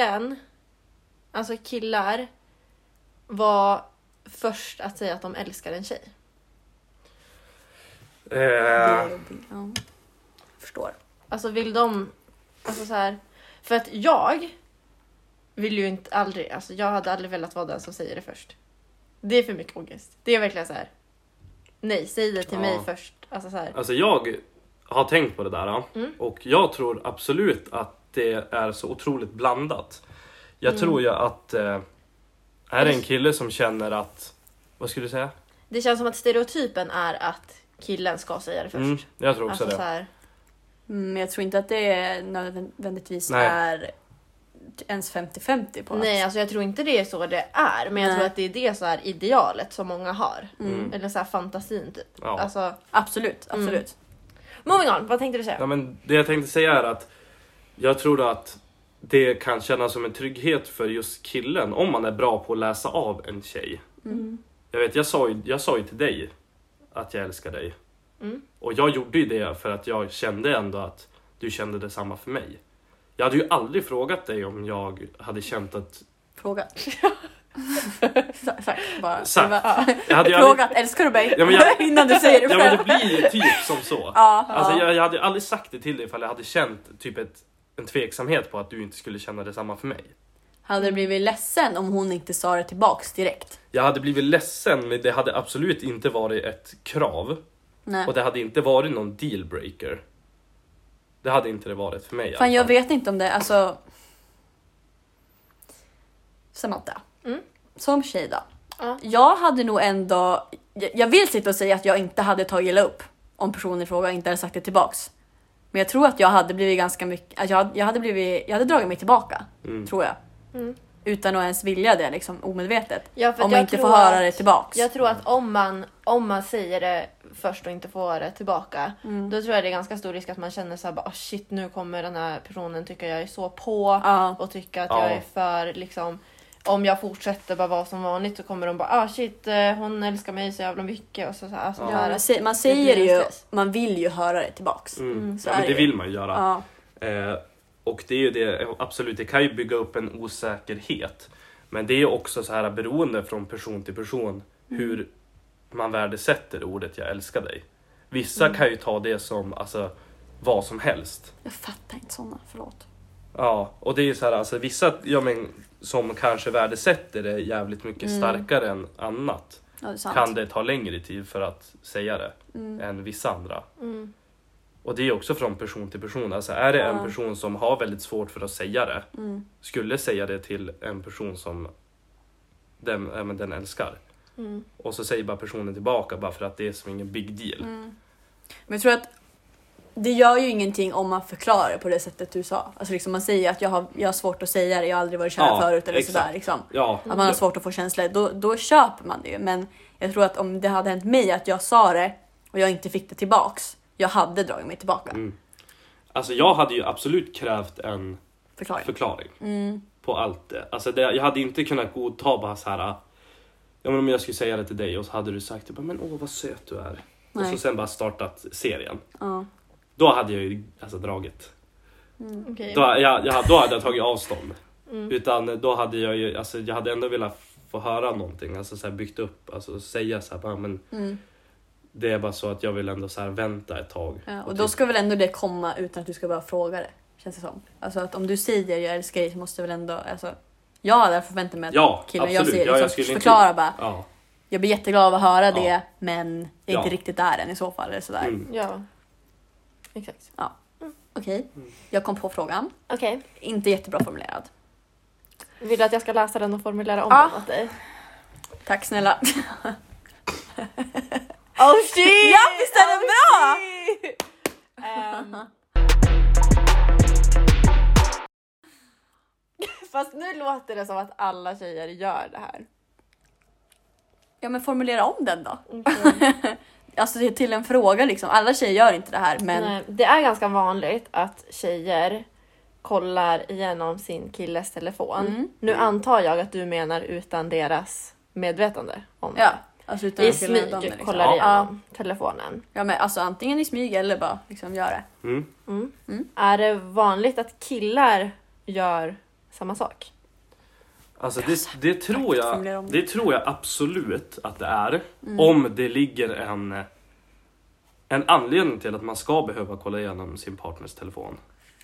killar vara först att säga att de älskar en tjej? Ja. Förstår. Alltså vill de, alltså så här, för att jag vill ju inte aldrig, alltså jag hade aldrig velat vara den som säger det först. Det är för mycket ångest. Det är verkligen så här. Nej, säg det till mig först. Alltså så här. Alltså jag har tänkt på det där och jag tror absolut att det är så otroligt blandat. Jag tror ju att är det en kille som känner att, vad skulle du säga? Det känns som att stereotypen är att killen ska säga det först. Jag tror också alltså det. Så här. Men jag tror inte att det nödvändigtvis är ens 50-50 på Nej, alltså jag tror inte det är så det är. Men jag tror att det är det så här idealet som många har. Eller så här fantasin typ. Ja. Alltså, absolut. Moving on, vad tänkte du säga? Ja, men det jag tänkte säga är att jag tror att det kan kännas som en trygghet för just killen om man är bra på att läsa av en tjej. Jag vet, jag sa ju till dig att jag älskar dig. Och jag gjorde ju det för att jag kände ändå att du kände detsamma för mig. Jag hade ju aldrig frågat dig om jag hade känt att... Frågat. Jag hade frågat, älskar du mig? Ja, innan du säger det själv. själv. Ja, men det blir ju typ som så. Alltså, jag hade aldrig sagt det till dig ifall jag hade känt typ en tveksamhet på att du inte skulle känna detsamma för mig. Hade du blivit ledsen om hon inte sa det tillbaks direkt? Jag hade blivit ledsen, men det hade absolut inte varit ett krav. Nej. Och det hade inte varit någon dealbreaker. Det hade inte det varit för mig. Fan, jag vet inte om det, alltså... Samantha. Som tjej då. Jag hade nog ändå... Jag vill sitta och säga att jag inte hade tagit illa upp om personen i fråga inte hade sagt det tillbaks. Men jag tror att jag hade blivit ganska mycket... Att jag hade dragit mig tillbaka, tror jag. Utan att ens vilja det, liksom omedvetet. Ja, för om man inte får höra det tillbaks. Jag tror att om man säger det först och inte får höra det tillbaka, då tror jag det är ganska stor risk att man känner så här, bara, shit, nu kommer den här personen tycka jag är så på och tycka att jag är för, liksom, om jag fortsätter bara vara som vanligt så kommer de bara, shit, hon älskar mig så jävla mycket. Och så här, man säger det ju, man vill ju höra det tillbaks. Så men det vill man ju göra. Och det är ju det, absolut, det kan ju bygga upp en osäkerhet. Men det är också så här beroende från person till person hur man värdesätter ordet jag älskar dig. Vissa kan ju ta det som alltså, vad som helst. Jag fattar inte sådana, förlåt. Ja, och det är så här, alltså vissa som kanske värdesätter det jävligt mycket starkare än annat. Ja, det är sant. Kan det ta längre tid för att säga det än vissa andra. Och det är också från person till person. Alltså är det en person som har väldigt svårt för att säga det, skulle säga det till en person som den älskar. Och så säger bara personen tillbaka bara för att det är som ingen big deal. Men jag tror att det gör ju ingenting om man förklarar det på det sättet du sa. Alltså liksom man säger att jag har svårt att säga det, jag har aldrig varit kär förut eller exakt. sådär liksom. Ja. Att man har svårt att få känslor, då köper man det ju. Men jag tror att om det hade hänt mig att jag sa det och jag inte fick det tillbaks, jag hade dragit mig tillbaka. Alltså jag hade ju absolut krävt en förklaring på allt det. Alltså jag hade inte kunnat godta bara så här. Ja, men om jag skulle säga det till dig och så hade du sagt typ, men åh vad söt du är. Nej. Och så sen bara startat serien. Då hade jag ju alltså dragit. Okay. Då hade jag tagit avstånd. Utan då hade jag ju, alltså jag hade ändå velat få höra någonting. Alltså så här byggt upp, alltså säga så här, bara, men det är bara så att jag vill ändå så här vänta ett tag. Ja, och då ska väl ändå det komma utan att du ska bara fråga det. Känns det som. Alltså att om du säger jag älskar dig så måste väl ändå, alltså jag hade därför förväntat mig att killen jag säger liksom, jag skulle förklara inte, bara. Jag blir jätteglad av att höra det, men jag är inte riktigt där än i så fall eller sådär. Ja. Exakt. Ja. Okej. Jag kom på frågan. Okej. Inte jättebra formulerad. Vill du att jag ska läsa den och formulera om den åt dig? Tack snälla. Oh shit! Ja, visst är den bra? Fast nu låter det som att alla tjejer gör det här. Ja, men formulera om den då. Alltså till en fråga liksom. Alla tjejer gör inte det här, men... Nej, det är ganska vanligt att tjejer kollar igenom sin killes telefon. Nu antar jag att du menar utan deras medvetande om det. Ja, alltså utan i smyg liksom. kollar igenom telefonen. Ja, men alltså antingen i smyg eller bara liksom gör det. Är det vanligt att killar gör samma sak? Alltså det tror jag absolut att det är. Om det ligger en anledning till att man ska behöva kolla igenom sin partners telefon.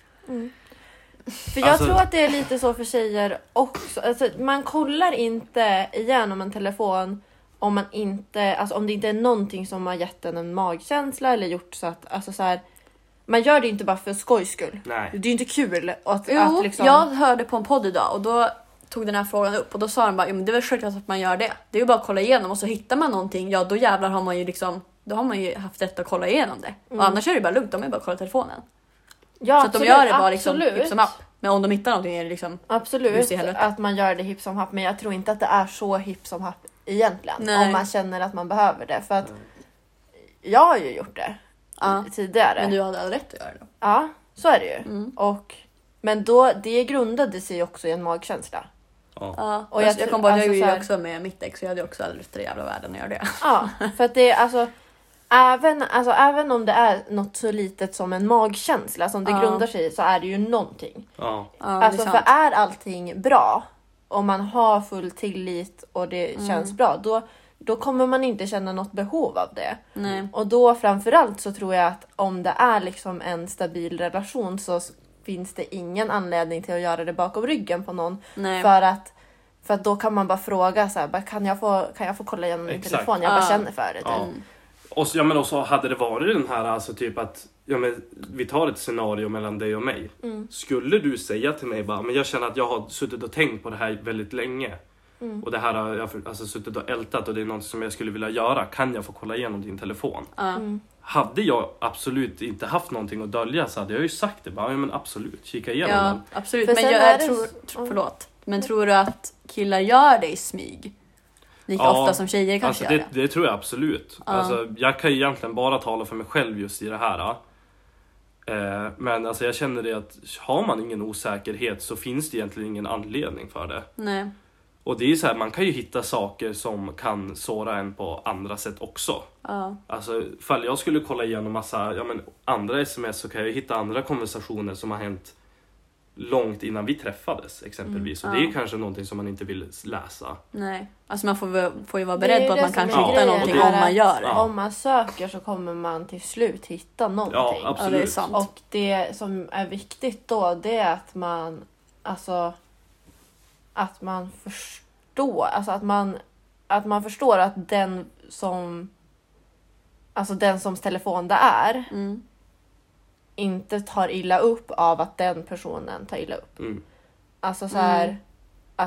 För jag tror att det är lite så för tjejer också. Alltså, man kollar inte igenom en telefon om man inte, alltså om det inte är någonting som har gett en magkänsla eller gjort så att, alltså så här, man gör det inte bara för skojs skull. Nej. Det är ju inte kul att liksom... Jag hörde på en podd idag och då tog den här frågan upp och då sa de bara, men det är väl självklart att man gör det. Det är ju bara att kolla igenom och så hittar man någonting, ja då jävlar har man ju liksom, då har man ju haft rätt att kolla igenom det. Och annars är det bara lugnt, de är bara att kolla telefonen. Ja, så att de gör det bara liksom hipp som happ. Men om de hittar någonting är det liksom... Absolut att man gör det hipp som happ, men jag tror inte att det är så hipp som happ egentligen. Nej. Om man känner att man behöver det. För att jag har ju gjort det tidigare. Men du hade all rätt att göra det. Ja, så är det ju. Men då, det grundade sig också i en magkänsla. Ja. Och jag kom på att jag gjorde ju också med mitt ex, och jag hade också alldeles till jävla världen att göra det. Ja, för att det är alltså även om det är något så litet som en magkänsla som det grundar sig i, så är det ju någonting. Alltså för är allting bra och man har full tillit och det känns bra, då kommer man inte känna något behov av det. Nej. Och då framförallt så tror jag att om det är liksom en stabil relation så finns det ingen anledning till att göra det bakom ryggen på någon. Nej. För att då kan man bara fråga så här, kan jag få kolla igenom min telefon? Jag bara känner för det. Och så hade det varit den här, alltså typ att vi tar ett scenario mellan dig och mig. Skulle du säga till mig bara, men jag känner att jag har suttit och tänkt på det här väldigt länge. Och det här har jag alltså suttit och ältat och det är något som jag skulle vilja göra. Kan jag få kolla igenom din telefon? Hade jag absolut inte haft någonting att dölja så hade jag ju sagt det. Bara, men absolut, kika igenom den. Ja, absolut. Men jag tror, förlåt. Men tror du att killar gör det i smyg? Lika ofta som tjejer kanske alltså gör det? Det tror jag absolut. Alltså, jag kan ju egentligen bara tala för mig själv just i det här. Men alltså, jag känner det att har man ingen osäkerhet så finns det egentligen ingen anledning för det. Nej. Och det är så här, man kan ju hitta saker som kan såra en på andra sätt också. Alltså, ifall jag skulle kolla igenom massa andra sms så kan jag hitta andra konversationer som har hänt långt innan vi träffades exempelvis. Och det är kanske någonting som man inte vill läsa. Nej, alltså man får ju vara beredd på att man som kanske är hittar grejen, någonting är om man att gör det. Om man söker så kommer man till slut hitta någonting. Ja, absolut. Ja, det är sant. Och det som är viktigt då, det är att man förstår, alltså att man förstår att den som telefon det är inte tar illa upp av att den personen tar illa upp. Alltså så här att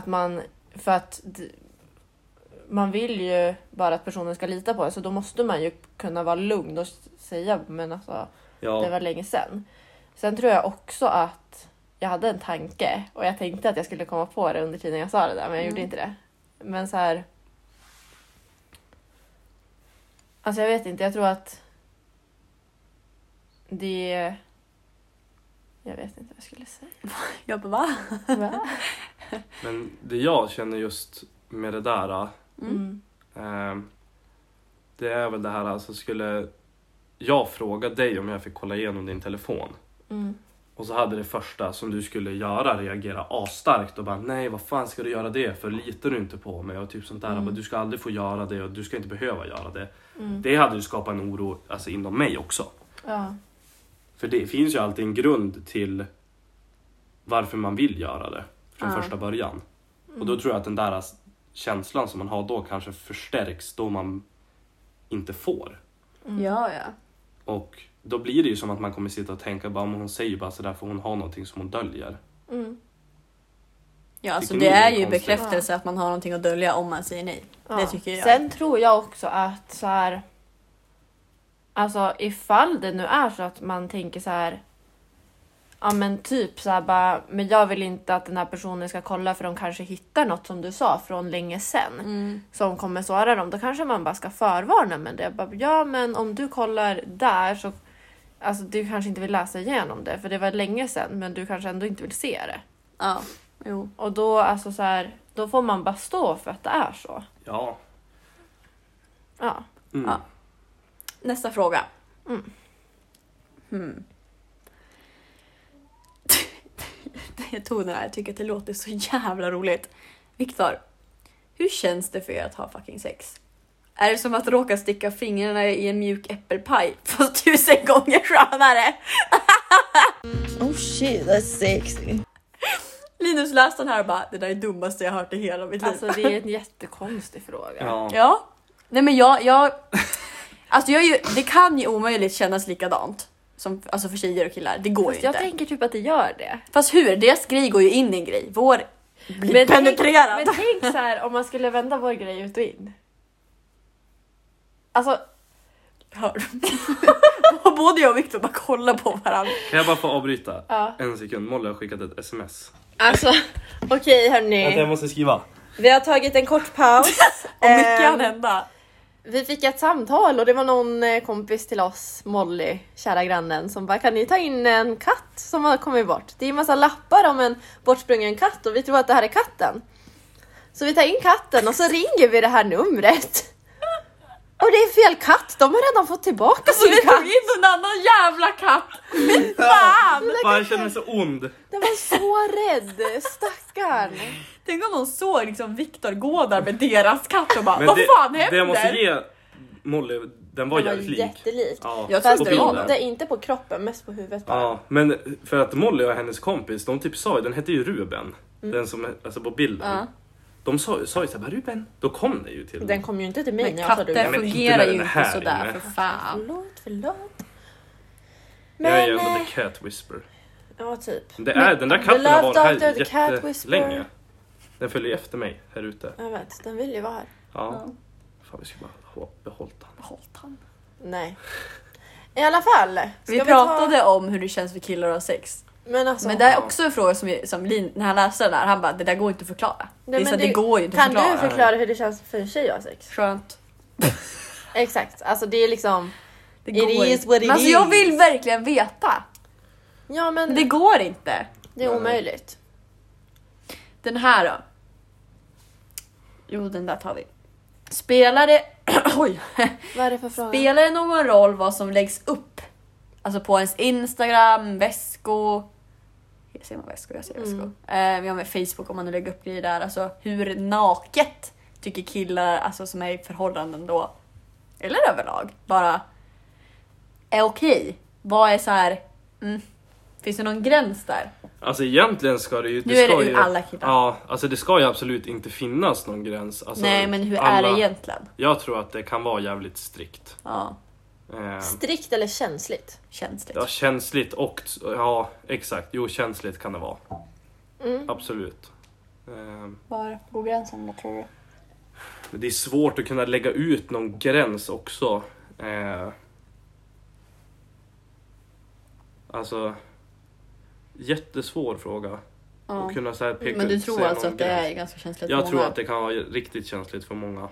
man vill ju bara att personen ska lita på det, så då måste man ju kunna vara lugn och säga men alltså det var länge sedan. Sen tror jag också att jag hade en tanke och jag tänkte att jag skulle komma på det under tiden jag sa det där, men jag gjorde inte det. Men så här, alltså jag vet inte, jag tror att jag vet inte vad jag skulle säga. Jag bara, va? Men det jag känner just med det där, det är väl det här, alltså skulle jag fråga dig om jag fick kolla igenom din telefon och så hade det första som du skulle göra reagera asstarkt och bara nej, vad fan ska du göra det för, litar du inte på mig och typ sånt där, du ska aldrig få göra det och du ska inte behöva göra det. Det hade ju skapat en oro alltså inom mig också. Ja. För det finns ju alltid en grund till varför man vill göra det från första början. Och då tror jag att den där känslan som man har då kanske förstärks då man inte får. Ja. Och då blir det ju som att man kommer sitta och tänka bara, men hon säger bara sådär för hon har någonting som hon döljer. Ja, alltså Tycker det ni är det är ju konstigt? bekräftelse att man har någonting att dölja om man säger nej. Ja. Det tycker jag. Sen tror jag också att så här, alltså ifall det nu är så att man tänker så här, ja men typ så här bara, men jag vill inte att den här personen ska kolla för de kanske hittar något som du sa från länge sedan som kommer såra dem. Då kanske man bara ska förvarna med det. Bara, ja men om du kollar där så, alltså du kanske inte vill läsa igenom det för det var länge sedan, men du kanske ändå inte vill se det. Ja, jo. Och då alltså så här, då får man bara stå för att det är så. Ja. Ja. Ja. Nästa fråga. Jag tog den här, jag tycker att det låter så jävla roligt. Viktor, hur känns det för er att ha fucking sex? Är det som att råka sticka fingrarna i en mjuk äppelpaj fast 1000 gånger skönare? Oh shit, that's sexy. Linus läste den här och bara, det där är det dummaste jag har hört i hela mitt liv. Alltså det är en jättekonstig fråga. Ja. Ja. Nej men alltså det kan ju omöjligt kännas likadant som alltså för tjejer och killar. Det går Fast ju jag inte. tänker typ att det gör det. Fast hur? Deras grej går ju in i en grej. Vår blir penetrerad. Men tänk så här, om man skulle vända vår grej ut och in. Alltså, Hör. Och både jag och Victor bara kollar på varandra. Kan jag bara få avbryta? Ja. En sekund, Molly har skickat ett sms. okej hörni. Vänta, jag måste skriva. Vi har tagit en kort paus. Och mycket kan hända. Vi fick ett samtal och det var någon kompis till oss, Molly, kära grannen, som bara, kan ni ta in en katt som har kommit bort? Det är en massa lappar om en bortsprungen katt och vi tror att det här är katten. Så vi tar in katten och så ringer vi det här numret. Och det är fel katt, de har redan fått tillbaka Så sin vi katt. tog in en annan jävla katt. Fan! Fan, jag känner mig så ond. Den var så rädd, stackarn. Tänk om någon såg liksom Victor gå där med deras katt och bara, Men vad fan händer? det jag måste ge Molly, den var Den var jävligt lik. jättelik. Ja, Jag på tror Fast det var bilden. det. inte på kroppen, mest på huvudet bara. Ja, men för att Molly och hennes kompis, de typ sa ju, den hette ju Ruben. Den som, alltså på bilden. Ja. De sa ju såhär, bara Ruben, då kom det ju till Den kom ju inte till mig Men när jag sa katter det. men inte fungerar när ju den är inte här sådär inne. för fan. Förlåt. Jag är ju Men, ändå the cat whisper. ja typ. Det är, den där The katten har Love varit Doctor, här the cat whisperer. jättelänge. Den följer efter mig här ute. Jag vet, den vill ju vara här. Ja. Fan, vi ska bara ha behållit han. Hållt han. Nej. I alla fall. Ska Vi pratade om hur det känns för killar att ha sex. Men alltså. Men det är också en fråga som Lin, när han läste den där, han bara, det där går inte att förklara. Nej, det är så men att det går ju inte att Kan förklara. du förklara hur det känns för en tjej att ha sex? Skönt. Exakt, alltså det är liksom. Det It går is inte. what it Men alltså jag is. vill verkligen veta. Ja men Men det går inte. det är omöjligt. Den här då. Jo, den där tar vi. Spelar det... Oj. Vad är det för fråga? Spelar det någon roll vad som läggs upp? Alltså på ens Instagram, väskor, Jag ser man väskor, jag ser väskor. Vi har med Facebook om man lägger upp grejer där. Alltså hur naket tycker killar alltså, som är i förhållanden då, eller överlag, bara är okej. Vad är så här... Finns det någon gräns där? Alltså egentligen ska det ju... Nu är det ju alla killar. Ja, alltså det ska ju absolut inte finnas någon gräns. Alltså, Nej, men hur är det egentligen? Jag tror att det kan vara jävligt strikt. Ja, Strikt eller känsligt? känsligt. Ja, känsligt och... Ja, exakt. Jo, känsligt kan det vara. Absolut. Var går gränsen då, tror du? Men det är svårt att kunna lägga ut någon gräns också. Alltså... Jättesvår fråga. Att kunna så här peka Men du ut, tror säga alltså någon att det gräns. är ganska känsligt Jag för tror många? att det kan vara riktigt känsligt för många.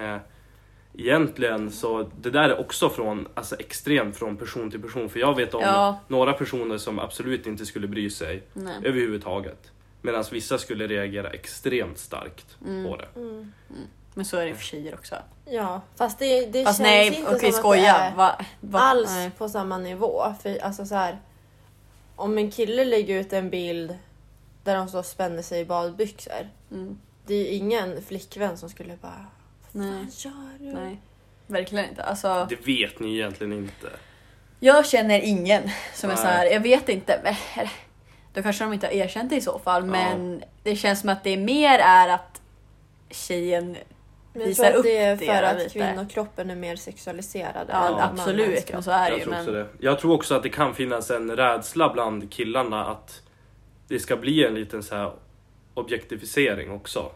Egentligen så, det där är också från, alltså extremt från person till person. För jag vet om några personer som absolut inte skulle bry sig överhuvudtaget. Medan vissa skulle reagera extremt starkt på det. Men så är det för tjejer också. Ja, fast det Fast känns nej, inte okej, som skoja. att det är alls nej. på samma nivå. För alltså så här, om en kille lägger ut en bild där de så spänner sig i badbyxor. Det är ju ingen flickvän som skulle bara... Nej. Vad gör du? Nej, verkligen inte. Alltså, Det vet ni egentligen inte. jag känner ingen som är Nej. så här. Jag vet inte. Då kanske de inte har erkänt det i så fall. Men det känns som att det mer är att tjejen Men jag visar tror att upp det är för att lite. kvinnokroppen är mer sexualiserad. Ja, än absolut. mannens Men kropp. så är det Jag ju. tror också Men... det. Jag tror också att det kan finnas en rädsla bland killarna att det ska bli en liten så här objektifiering också.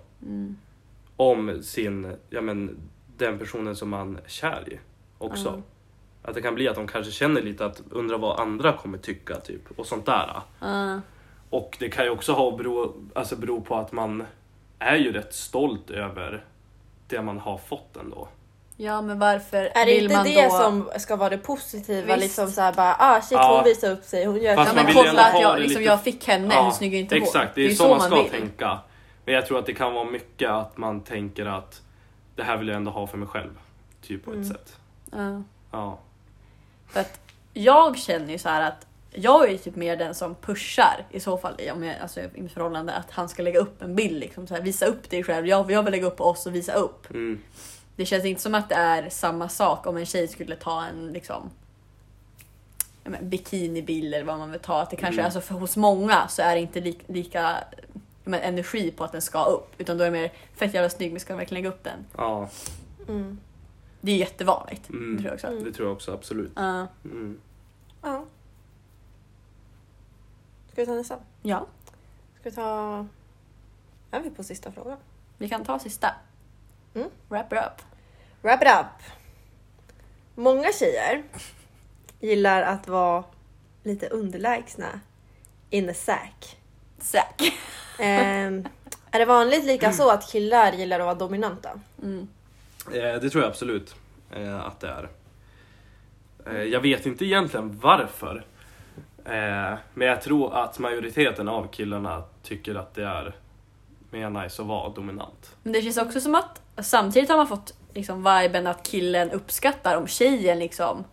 Om sin, ja men den personen som man är kär i också. Att det kan bli att de kanske känner lite att undra vad andra kommer tycka typ och sånt där. Och det kan ju också bero på att man är ju rätt stolt över det man har fått ändå. Ja, men varför Är det vill inte man det då... som ska vara det positiva? Visst. Liksom såhär bara, shit hon visar upp sig, hon gör Fast Ja, man men vill ju kolla ändå att ha jag, det liksom, lite- jag fick henne, hur snygg är inte hon? Exakt, det är ju så man ska vill. tänka. Men jag tror att det kan vara mycket att man tänker att det här vill jag ändå ha för mig själv. Typ på ett sätt. Ja. Ja. För att jag känner ju så här att jag är ju typ mer den som pushar i så fall om jag, alltså, i mitt förhållande att han ska lägga upp en bild liksom, så här, visa upp dig själv. Jag vill lägga upp på oss och visa upp. Det känns inte som att det är samma sak om en tjej skulle ta en liksom bikinibild eller vad man vill ta. Att det kanske alltså för hos många så är det inte lika energi på att den ska upp, utan då är det mer fett jävla snygg, men ska verkligen lägga upp den. Ja. Det är jättevanligt. Det tror jag också. Det tror jag också, absolut. Ja. Ska vi ta nästa? Ja, Ska vi ta... Är vi på sista frågan? vi kan ta sista. Wrap it up. Wrap it up. Många tjejer gillar att vara lite underlägsna in a sack. Säk. Är det vanligt lika så att killar gillar att vara dominanta? Det tror jag absolut att det är. Jag vet inte egentligen varför. Men jag tror att majoriteten av killarna tycker att det är mer nice att vara dominant. Men det känns också som att samtidigt har man fått liksom viben att killen uppskattar om tjejen liksom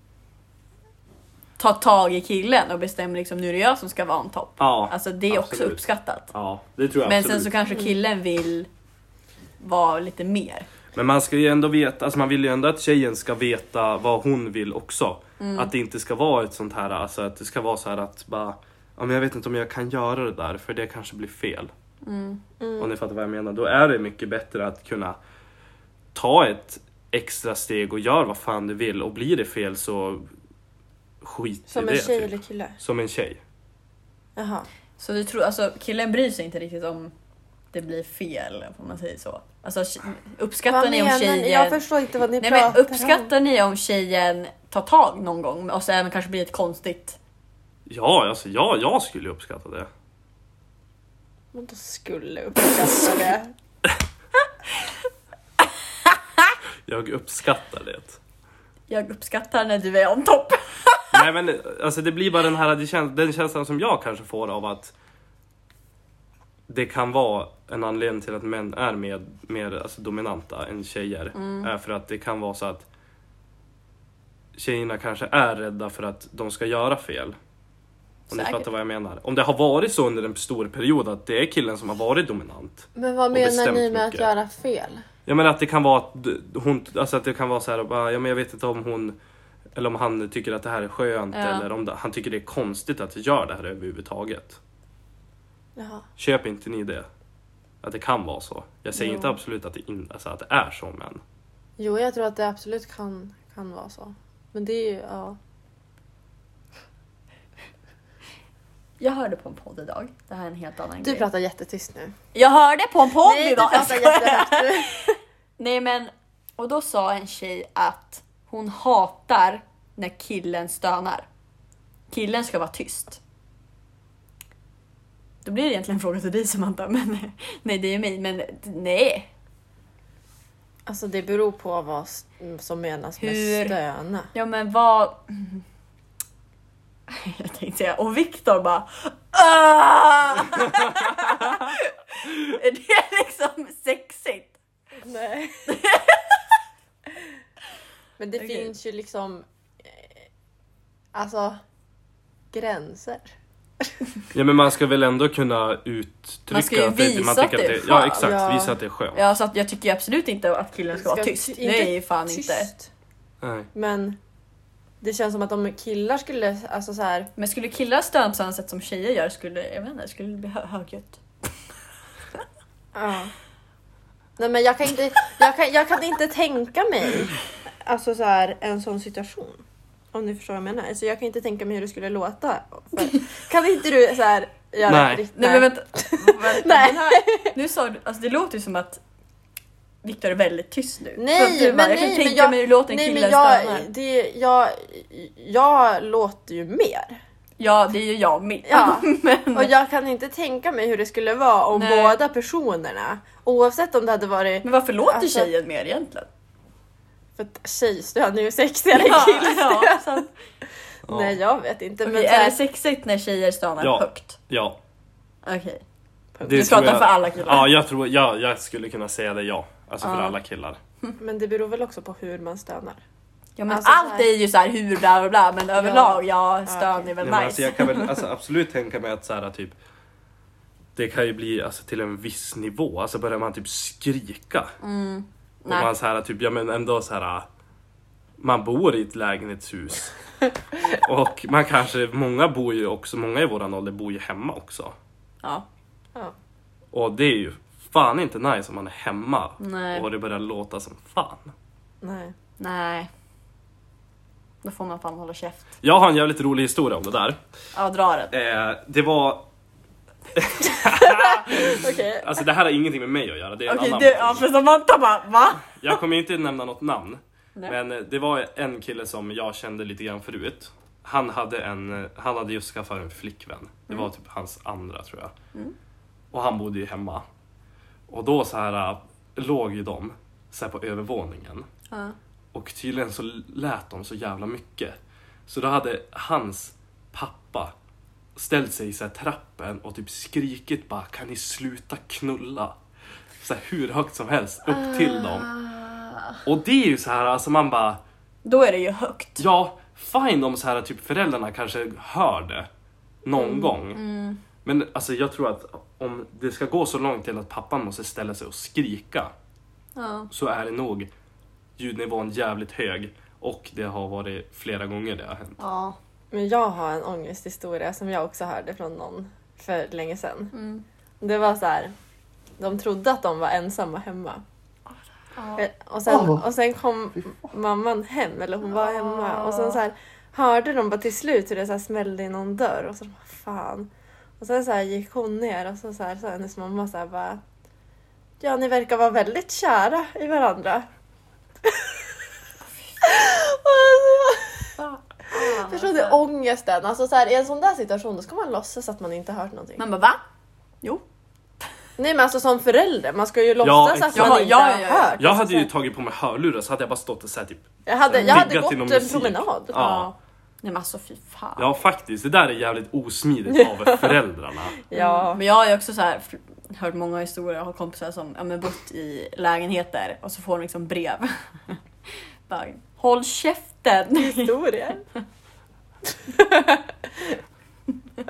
tar tag i killen och bestämmer liksom nu är det jag som ska vara on top. Ja, Alltså det är också absolut. uppskattat. Ja, det tror jag Men absolut. sen så kanske killen vill vara lite mer. Men man ska ju ändå veta, alltså man vill ju ändå att tjejen ska veta vad hon vill också. Att det inte ska vara ett sånt här, alltså att det ska vara så här att bara, ja men jag vet inte om jag kan göra det där för det kanske blir fel. Om ni fattar vad jag menar. Då är det mycket bättre att kunna ta ett extra steg och göra vad fan du vill, och blir det fel så skit i Som det. en tjej typ. eller kille? Som en tjej. Jaha. Så du tror, alltså killen bryr sig inte riktigt om det blir fel, om man säger så. Alltså uppskattar Vad ni om menar ni? tjejen... Jag förstår inte vad ni Nej, pratar men uppskattar ni om tjejen tar tag någon gång och så även kanske blir ett konstigt... Ja, alltså jag skulle uppskatta det. Men då skulle uppskatta det. Jag uppskattar det. Jag uppskattar när du är on top. Nej men alltså det blir bara den känslan som jag kanske får av att det kan vara en anledning till att män är mer alltså, dominanta än tjejer. Är för att det kan vara så att tjejerna kanske är rädda för att de ska göra fel. Om ni Säkert. fattar vad jag menar. Om det har varit så under en stor period att det är killen som har varit dominant. Men vad Och menar bestämt ni med mycket. att göra fel? Jag menar att det kan vara att hon, alltså att det kan vara så här, bara, ja men jag vet inte om hon, eller om han tycker att det här är skönt, Ja. eller om han tycker det är konstigt att jag gör det här överhuvudtaget. Jaha. Köper inte ni det? Att det kan vara så. Jag säger Jo. inte absolut att alltså att det är så, men Jo, jag tror att det absolut kan vara så. Men det är ju, ja. Jag hörde på en podd idag. Det här är en helt annan Du grej. pratar jättetyst nu. Jag hörde på en podd Nej, du idag. pratar jättehögt nu. Nej men, och då sa en tjej att hon hatar när killen stönar. Killen ska vara tyst. Då blir det egentligen en fråga till dig Samantha, men nej det är mig, men nej. Alltså det beror på vad som menas med Hur? stöna. Ja men vad... Jag tänkte säga, och Viktor bara... "Ah!" Är det liksom sexigt? Nej. Men det Okej. finns ju liksom alltså gränser. ja men man ska väl ändå kunna uttrycka Man ska ju att det, visa man att tycker det är att det, ja skönt. exakt, Ja. visa att det är skönt. Ja, så att jag tycker absolut inte att killen ska vara tyst. Nej, fan inte. Nej. Men det känns som att om killar skulle, alltså så här. Men skulle killar stöna på samma sätt som tjejer gör skulle, jag vet inte, skulle det bli högljutt. Ja. Nej men jag kan inte tänka mig alltså så här en sån situation. Om ni förstår vad jag menar. Alltså jag kan inte tänka mig hur det skulle låta. Kan inte du så här göra Nej. ett riktigt... Nej men vänta. Nej. Den här, nu sa du, alltså det låter ju som att Viktor är väldigt tyst nu. Nej, du men jag kan nej, tänka men jag, mig hur låter en nej, kille men stönar. jag låter ju mer. Ja, det är ju jag med. Ja. Men, Och jag kan inte tänka mig hur det skulle vara om Nej. båda personerna, oavsett om det hade varit men varför låter Alltså- tjejen mer egentligen? för att tjejstön är ju sexigare än killstön. ja, så, Nej, jag vet inte. okej, Men så är det här, sexigt när tjejer stönar Ja. högt? Ja. Okej. Det Du tror pratar jag- för alla killar. Ja, jag tror, jag skulle kunna säga det, ja. Alltså för Ja. alla killar. men det beror väl också på hur man stönar. Ja, men Alltså, så allt här- är ju så här hur bla bla bla, men överlag ja, stön okej. är väl Nej, men nice. alltså, jag kan väl alltså, absolut tänka mig att så här, typ, det kan ju bli alltså, till en viss nivå. Alltså börjar man typ skrika. Och Nej. man så här, typ, ja men ändå så här. Man bor i ett lägenhetshus. Och man kanske, många bor ju också, många i våran ålder bor ju hemma också. Ja. Ja. Och det är ju fan inte nice om man är hemma. Nej. Och det börjar låta som fan. Nej. Nej. Då får man fan hålla käft. Jag har en jävligt rolig historia om det där. Ja, dra den. Det var, Okej. alltså det här har ingenting med mig att göra. Det är en Okej, annan du, person. ja, för Samantha bara, va? Jag kommer inte nämna något namn. Nej. Men det var en kille som jag kände lite grann förut. Han hade just skaffat en flickvän. Det var typ hans andra, tror jag. Och han bodde ju hemma. Och då så här låg ju de så här på övervåningen. Ja. Och tydligen så lät de så jävla mycket. Så då hade hans pappa ställt sig i så här trappen och typ skrikit bara, kan ni sluta knulla? Så här, hur högt som helst upp till dem. Och det är ju så här, alltså man bara, Då är det ju högt. ja, fine om så här typ föräldrarna kanske hör det någon gång. Men alltså jag tror att om det ska gå så långt till att pappan måste ställa sig och skrika, Ja. så är det nog ljudnivån jävligt hög. Och det har varit flera gånger det har hänt. Ja. Men jag har en ångesthistoria som jag också hörde från någon för länge sedan. Mm. Det var så här, de trodde att de var ensamma hemma. Ja. Och sen kom mamman hem, eller hon var hemma. Och sen så här, hörde de bara till slut hur det så här smällde i någon dörr. Och så bara, fan. Och sen så här gick hon ner och så här, så hennes mamma så här bara, ja, ni verkar vara väldigt kära i varandra. Förstår du ångesten? Alltså så här, i en sån där situation då ska man låtsas att man inte hört någonting. Man bara, va? Jo. Nej, men alltså som förälder, man ska ju låtsas att exakt. man Ja, inte ja, har ja, ja. hört. Jag Alltså, hade så ju här, tagit på mig hörlurar så hade jag bara stått och så här, typ. jag hade viggat gått till någon en musik. promenad. Ja. Nej men alltså fy fan. Ja, faktiskt. Det där är jävligt osmidigt av föräldrarna. Ja. Men jag har ju också så här hört många historier. Jag har kompisar som bott i lägenheter och så får de liksom brev. Bara, håll käften! Historia.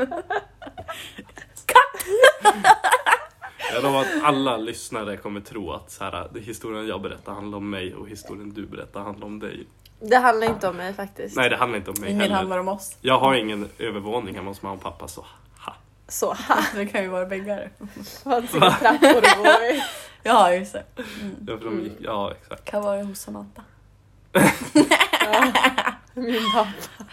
Jag lovar att alla lyssnare kommer tro att så här, det historien jag berättar handlar om mig och historien du berättar handlar om dig. Det handlar inte om mig faktiskt. Nej, det handlar inte om mig Ingen heller. handlar om oss. Jag har ingen övervåning hemma hos mamma och pappa, så ha. Så Det kan ju vara väggar. vad trappor det går. Ja, just det. Ja, för de gick, ja, exakt. Kan vara hos Samantha. Min pappa.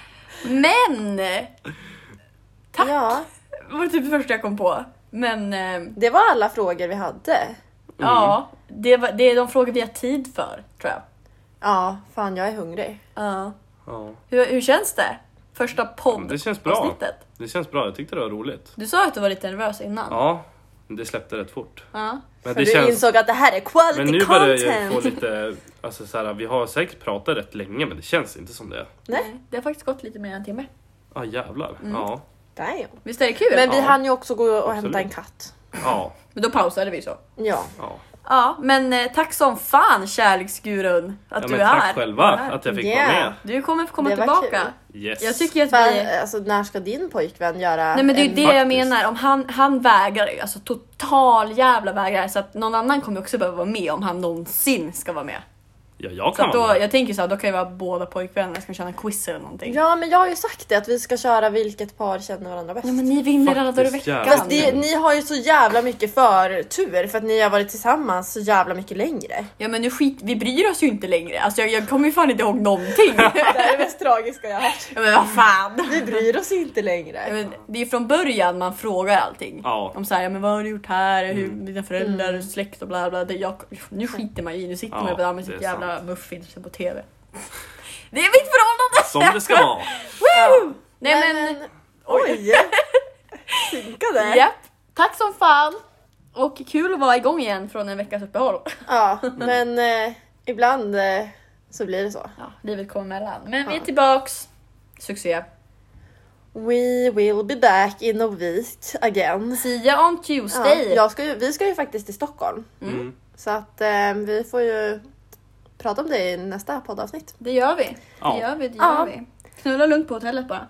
Men! Tack! Ja, Det var typ det första jag kom på. Men det var alla frågor vi hade. ja, det är de frågor vi har tid för, tror jag. Ja, fan jag är hungrig. Ja. Ja. Hur känns det? Första Det känns bra. poddavsnittet. Det känns bra, jag tyckte det var roligt. Du sa att du var lite nervös innan. Ja, men det släppte rätt fort. Ja. Men För det du känns... insåg att det här är quality Men nu börjar jag content. få lite, alltså så här, vi har säkert pratat rätt länge men det känns inte som det. Nej, Det har faktiskt gått lite mer än en timme. Ja jävlar, ja. damn. Visst är det kul? Men vi Ja. hann ju också gå och Absolut. hämta en katt. Ja, Men då pausade vi så. Ja. ja. Ja, men tack som fan kärleksgurun att Ja, du men är tack här. själva att jag fick vara Yeah. med. Du kommer få komma Det var tillbaka. Yes. Jag tycker att Men, vi... alltså, när ska din pojkvän göra Nej men det är en... det jag Faktiskt. menar, om han vägrar ju, alltså total jävla vägrar, så att någon annan kommer också behöva vara med om han någonsin ska vara med. Ja, jag Så kan att vara då, med. jag tänker så här, då kan ju vara båda pojkvänner ska köra en quiz eller någonting. Ja, men jag har ju sagt det att vi ska köra vilket par känner varandra bäst. Ja, men ni vinner alla dagar i Faktiskt, veckan. jävlar. Fast ni har ju så jävla mycket förtur för att ni har varit tillsammans så jävla mycket längre. Ja men nu vi bryr oss ju inte längre. Alltså jag kommer ju fan inte ihåg någonting. Det är det mest tragiska jag har hört. Ja, men vad fan. Vi bryr oss inte Ja, längre. men det är ju från början man frågar allting. Ja. Om så här, ja, men vad har du gjort här? Hur, dina föräldrar, släkt och bla bla. Nu skiter man i. Nu sitter Ja, man ju bara med det sitt är jävla sant. muffins på TV. Det är mitt förhållande! Som det ska vara. Woo! Nej men, Oj! Synkade. japp. Tack som fan. Och kul att vara igång igen från en veckas uppehåll. Ja, men ibland så blir det så. Ja, livet kommer emellan. Men vi är tillbaks. Succé. We will be back in a week again. See you on Tuesday. Ja, vi ska ju faktiskt till Stockholm. Mm. Så att vi får ju prata om det i nästa poddavsnitt. Det gör vi. Ja. Det gör vi. Ja. Knulla lugnt på hotellet bara.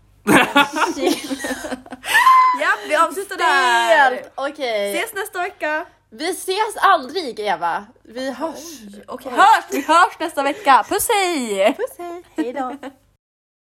Ja, vi avslutar där. Helt okej. Ses nästa vecka. Vi ses aldrig, Eva. Vi hörs. Okej, vi hörs nästa vecka. Puss hej! Puss, hej. Hej då.